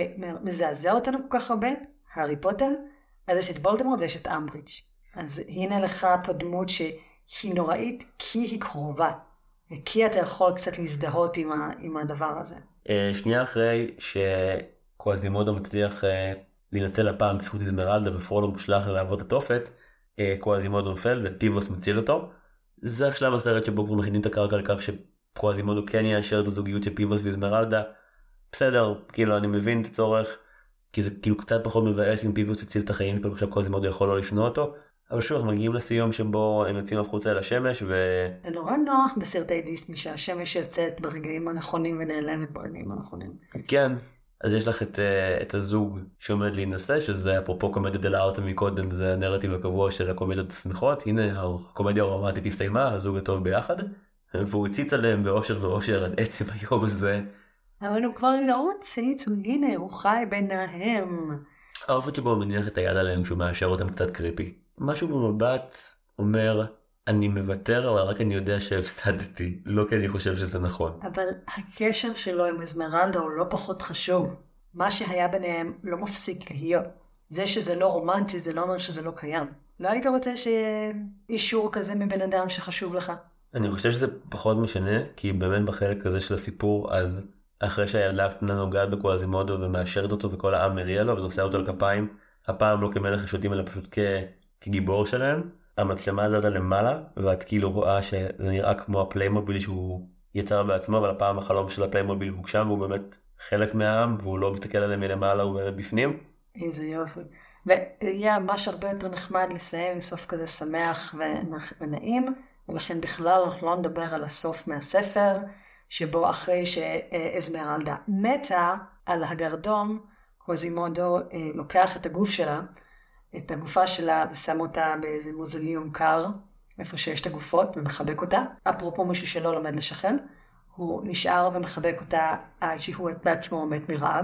שמזעזע אותנו כל כך הרבה, הארי פוטר, אז יש את וולדמורט ויש את אמברידג'. אז הנה לך פה דמות שהיא נוראית כי היא קרובה, וכי אתה יכול קצת להזדהות עם, ה, עם הדבר הזה. שנייה אחרי שקוואזימודו מצליח לנצל הפעם בזכות איזמרלדה ופרולו מושלך אל אהבות התופת, קוואזימודו נופל ופיבוס מציל אותו. זה השלב הסרט שבו כבר מכינים את הקרקע על כך שקוואזימודו כן יאשר את הזוגיות של פיבוס ואיזמרלדה. בסדר, כאילו אני מבין את הצורך, כי זה כאילו קצת פחות מבאס אם פיבוס הציל את החיים, עכשיו קוואזימודו יכול לא לפנות אותו, אבל שוב, מגיעים לסיום שבו הם יוצאים החוצה אל השמש ו... זה נורא נוח בסרטי דיסני שהשמש יוצאת ברגעים הנכונים ונעלמת ברגעים הנכונים. כן. אז יש לך את, את הזוג שעומד להינשא, שזה אפרופו קומדיה דל ארטה מקודם, זה הנרטיב הקבוע של הקומדיות השמחות. הנה, הקומדיה הרומנטית הסתיימה, הזוג הטוב ביחד, והוא הציץ עליהם באושר ואושר עד עצם היום הזה. אבל הוא כבר לא מציץ, הנה, הוא חי ביניהם. האופן שבו הוא מניח את היד עליהם כשהוא מאשר אותם קצת קריפי. משהו במבט אומר, אני מוותר, אבל רק אני יודע שהפסדתי, לא כי אני חושב שזה נכון. אבל הקשר שלו עם איזמרלדה הוא לא פחות חשוב. מה שהיה ביניהם לא מפסיק להיות. זה שזה לא רומנטי, זה לא אומר שזה לא קיים. לא היית רוצה שיהיה אישור כזה מבן אדם שחשוב לך? אני חושב שזה פחות משנה, כי באמת בחלק הזה של הסיפור, אז אחרי שהילדה הקטנה נוגעת בקוואזימודו ומאשרת אותו וכל העם מריע לו ונושא אותו על כפיים, הפעם לא כמלך השוטים אלא פשוט כ... כגיבור שלהם. המצלמה זזה למעלה, ואת כאילו רואה שזה נראה כמו הפליימוביל שהוא יצר בעצמו, אבל הפעם החלום של הפליימוביל הוא שם, והוא באמת חלק מהעם, והוא לא מסתכל עליהם מלמעלה, הוא באמת בפנים. איזה יופי. ויהיה ממש הרבה יותר נחמד לסיים עם סוף כזה שמח ונעים, ולכן בכלל אנחנו לא נדבר על הסוף מהספר, שבו אחרי שאיזמרלדה מתה על הגרדום, קוואזימודו לוקח את הגוף שלה, את הגופה שלה ושם אותה באיזה מוזיאום קר, איפה שיש את הגופות, ומחבק אותה. אפרופו מישהו שלא לומד לשכן, הוא נשאר ומחבק אותה עד שהוא בעצמו מת מרעב.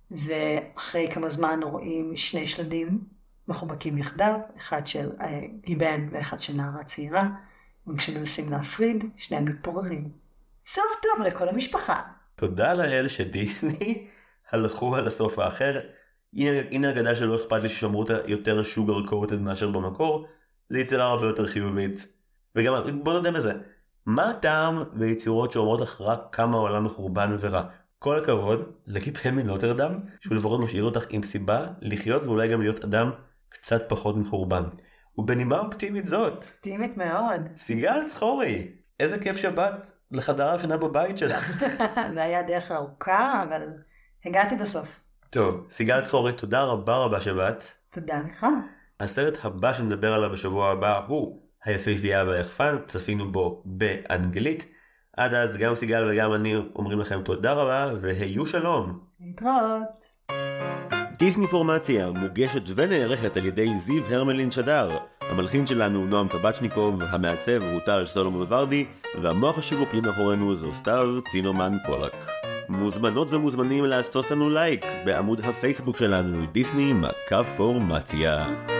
ואחרי כמה זמן רואים שני שלדים מחובקים יחדיו, אחד של איבן ואחד של נערה צעירה, וכשמנסים להפריד, שניהם מתפוררים. סוף טוב לכל המשפחה. תודה לאל שדיסני הלכו על הסוף האחר. הנה, הנה הגדה שלא אכפת לי ששמרו אותה יותר שוגר קורטד מאשר במקור, זה יצירה הרבה יותר חיובית. וגם בוא נודה בזה, מה הטעם ביצירות שאומרות לך רק כמה העולם מחורבן ורע? כל הכבוד לקיפל מנוטרדם, שהוא לפחות משאיר אותך עם סיבה לחיות ואולי גם להיות אדם קצת פחות מחורבן. ובנימה אופטימית זאת. אופטימית מאוד. סיגל צחורי, איזה כיף שבאת לחדר השינה בבית שלך. זה היה דרך ארוכה, אבל הגעתי בסוף. טוב, סיגל צחורי, תודה רבה רבה שבאת. תודה לך. הסרט הבא שנדבר עליו בשבוע הבא הוא היפהפייה והיחפן, צפינו בו באנגלית. עד אז גם סיגל וגם אני אומרים לכם תודה רבה והיו שלום. להתראות. דיסני פורמציה מוגשת ונערכת על ידי זיו הרמלין שדר. המלחין שלנו נועם טבצ'ניקוב, המעצב הוא טל סולומון ורדי, והמוח השיווקי מאחורינו זו סתיו צינומן פולק. מוזמנות ומוזמנים לעשות לנו לייק בעמוד הפייסבוק שלנו דיסני מקף פורמציה.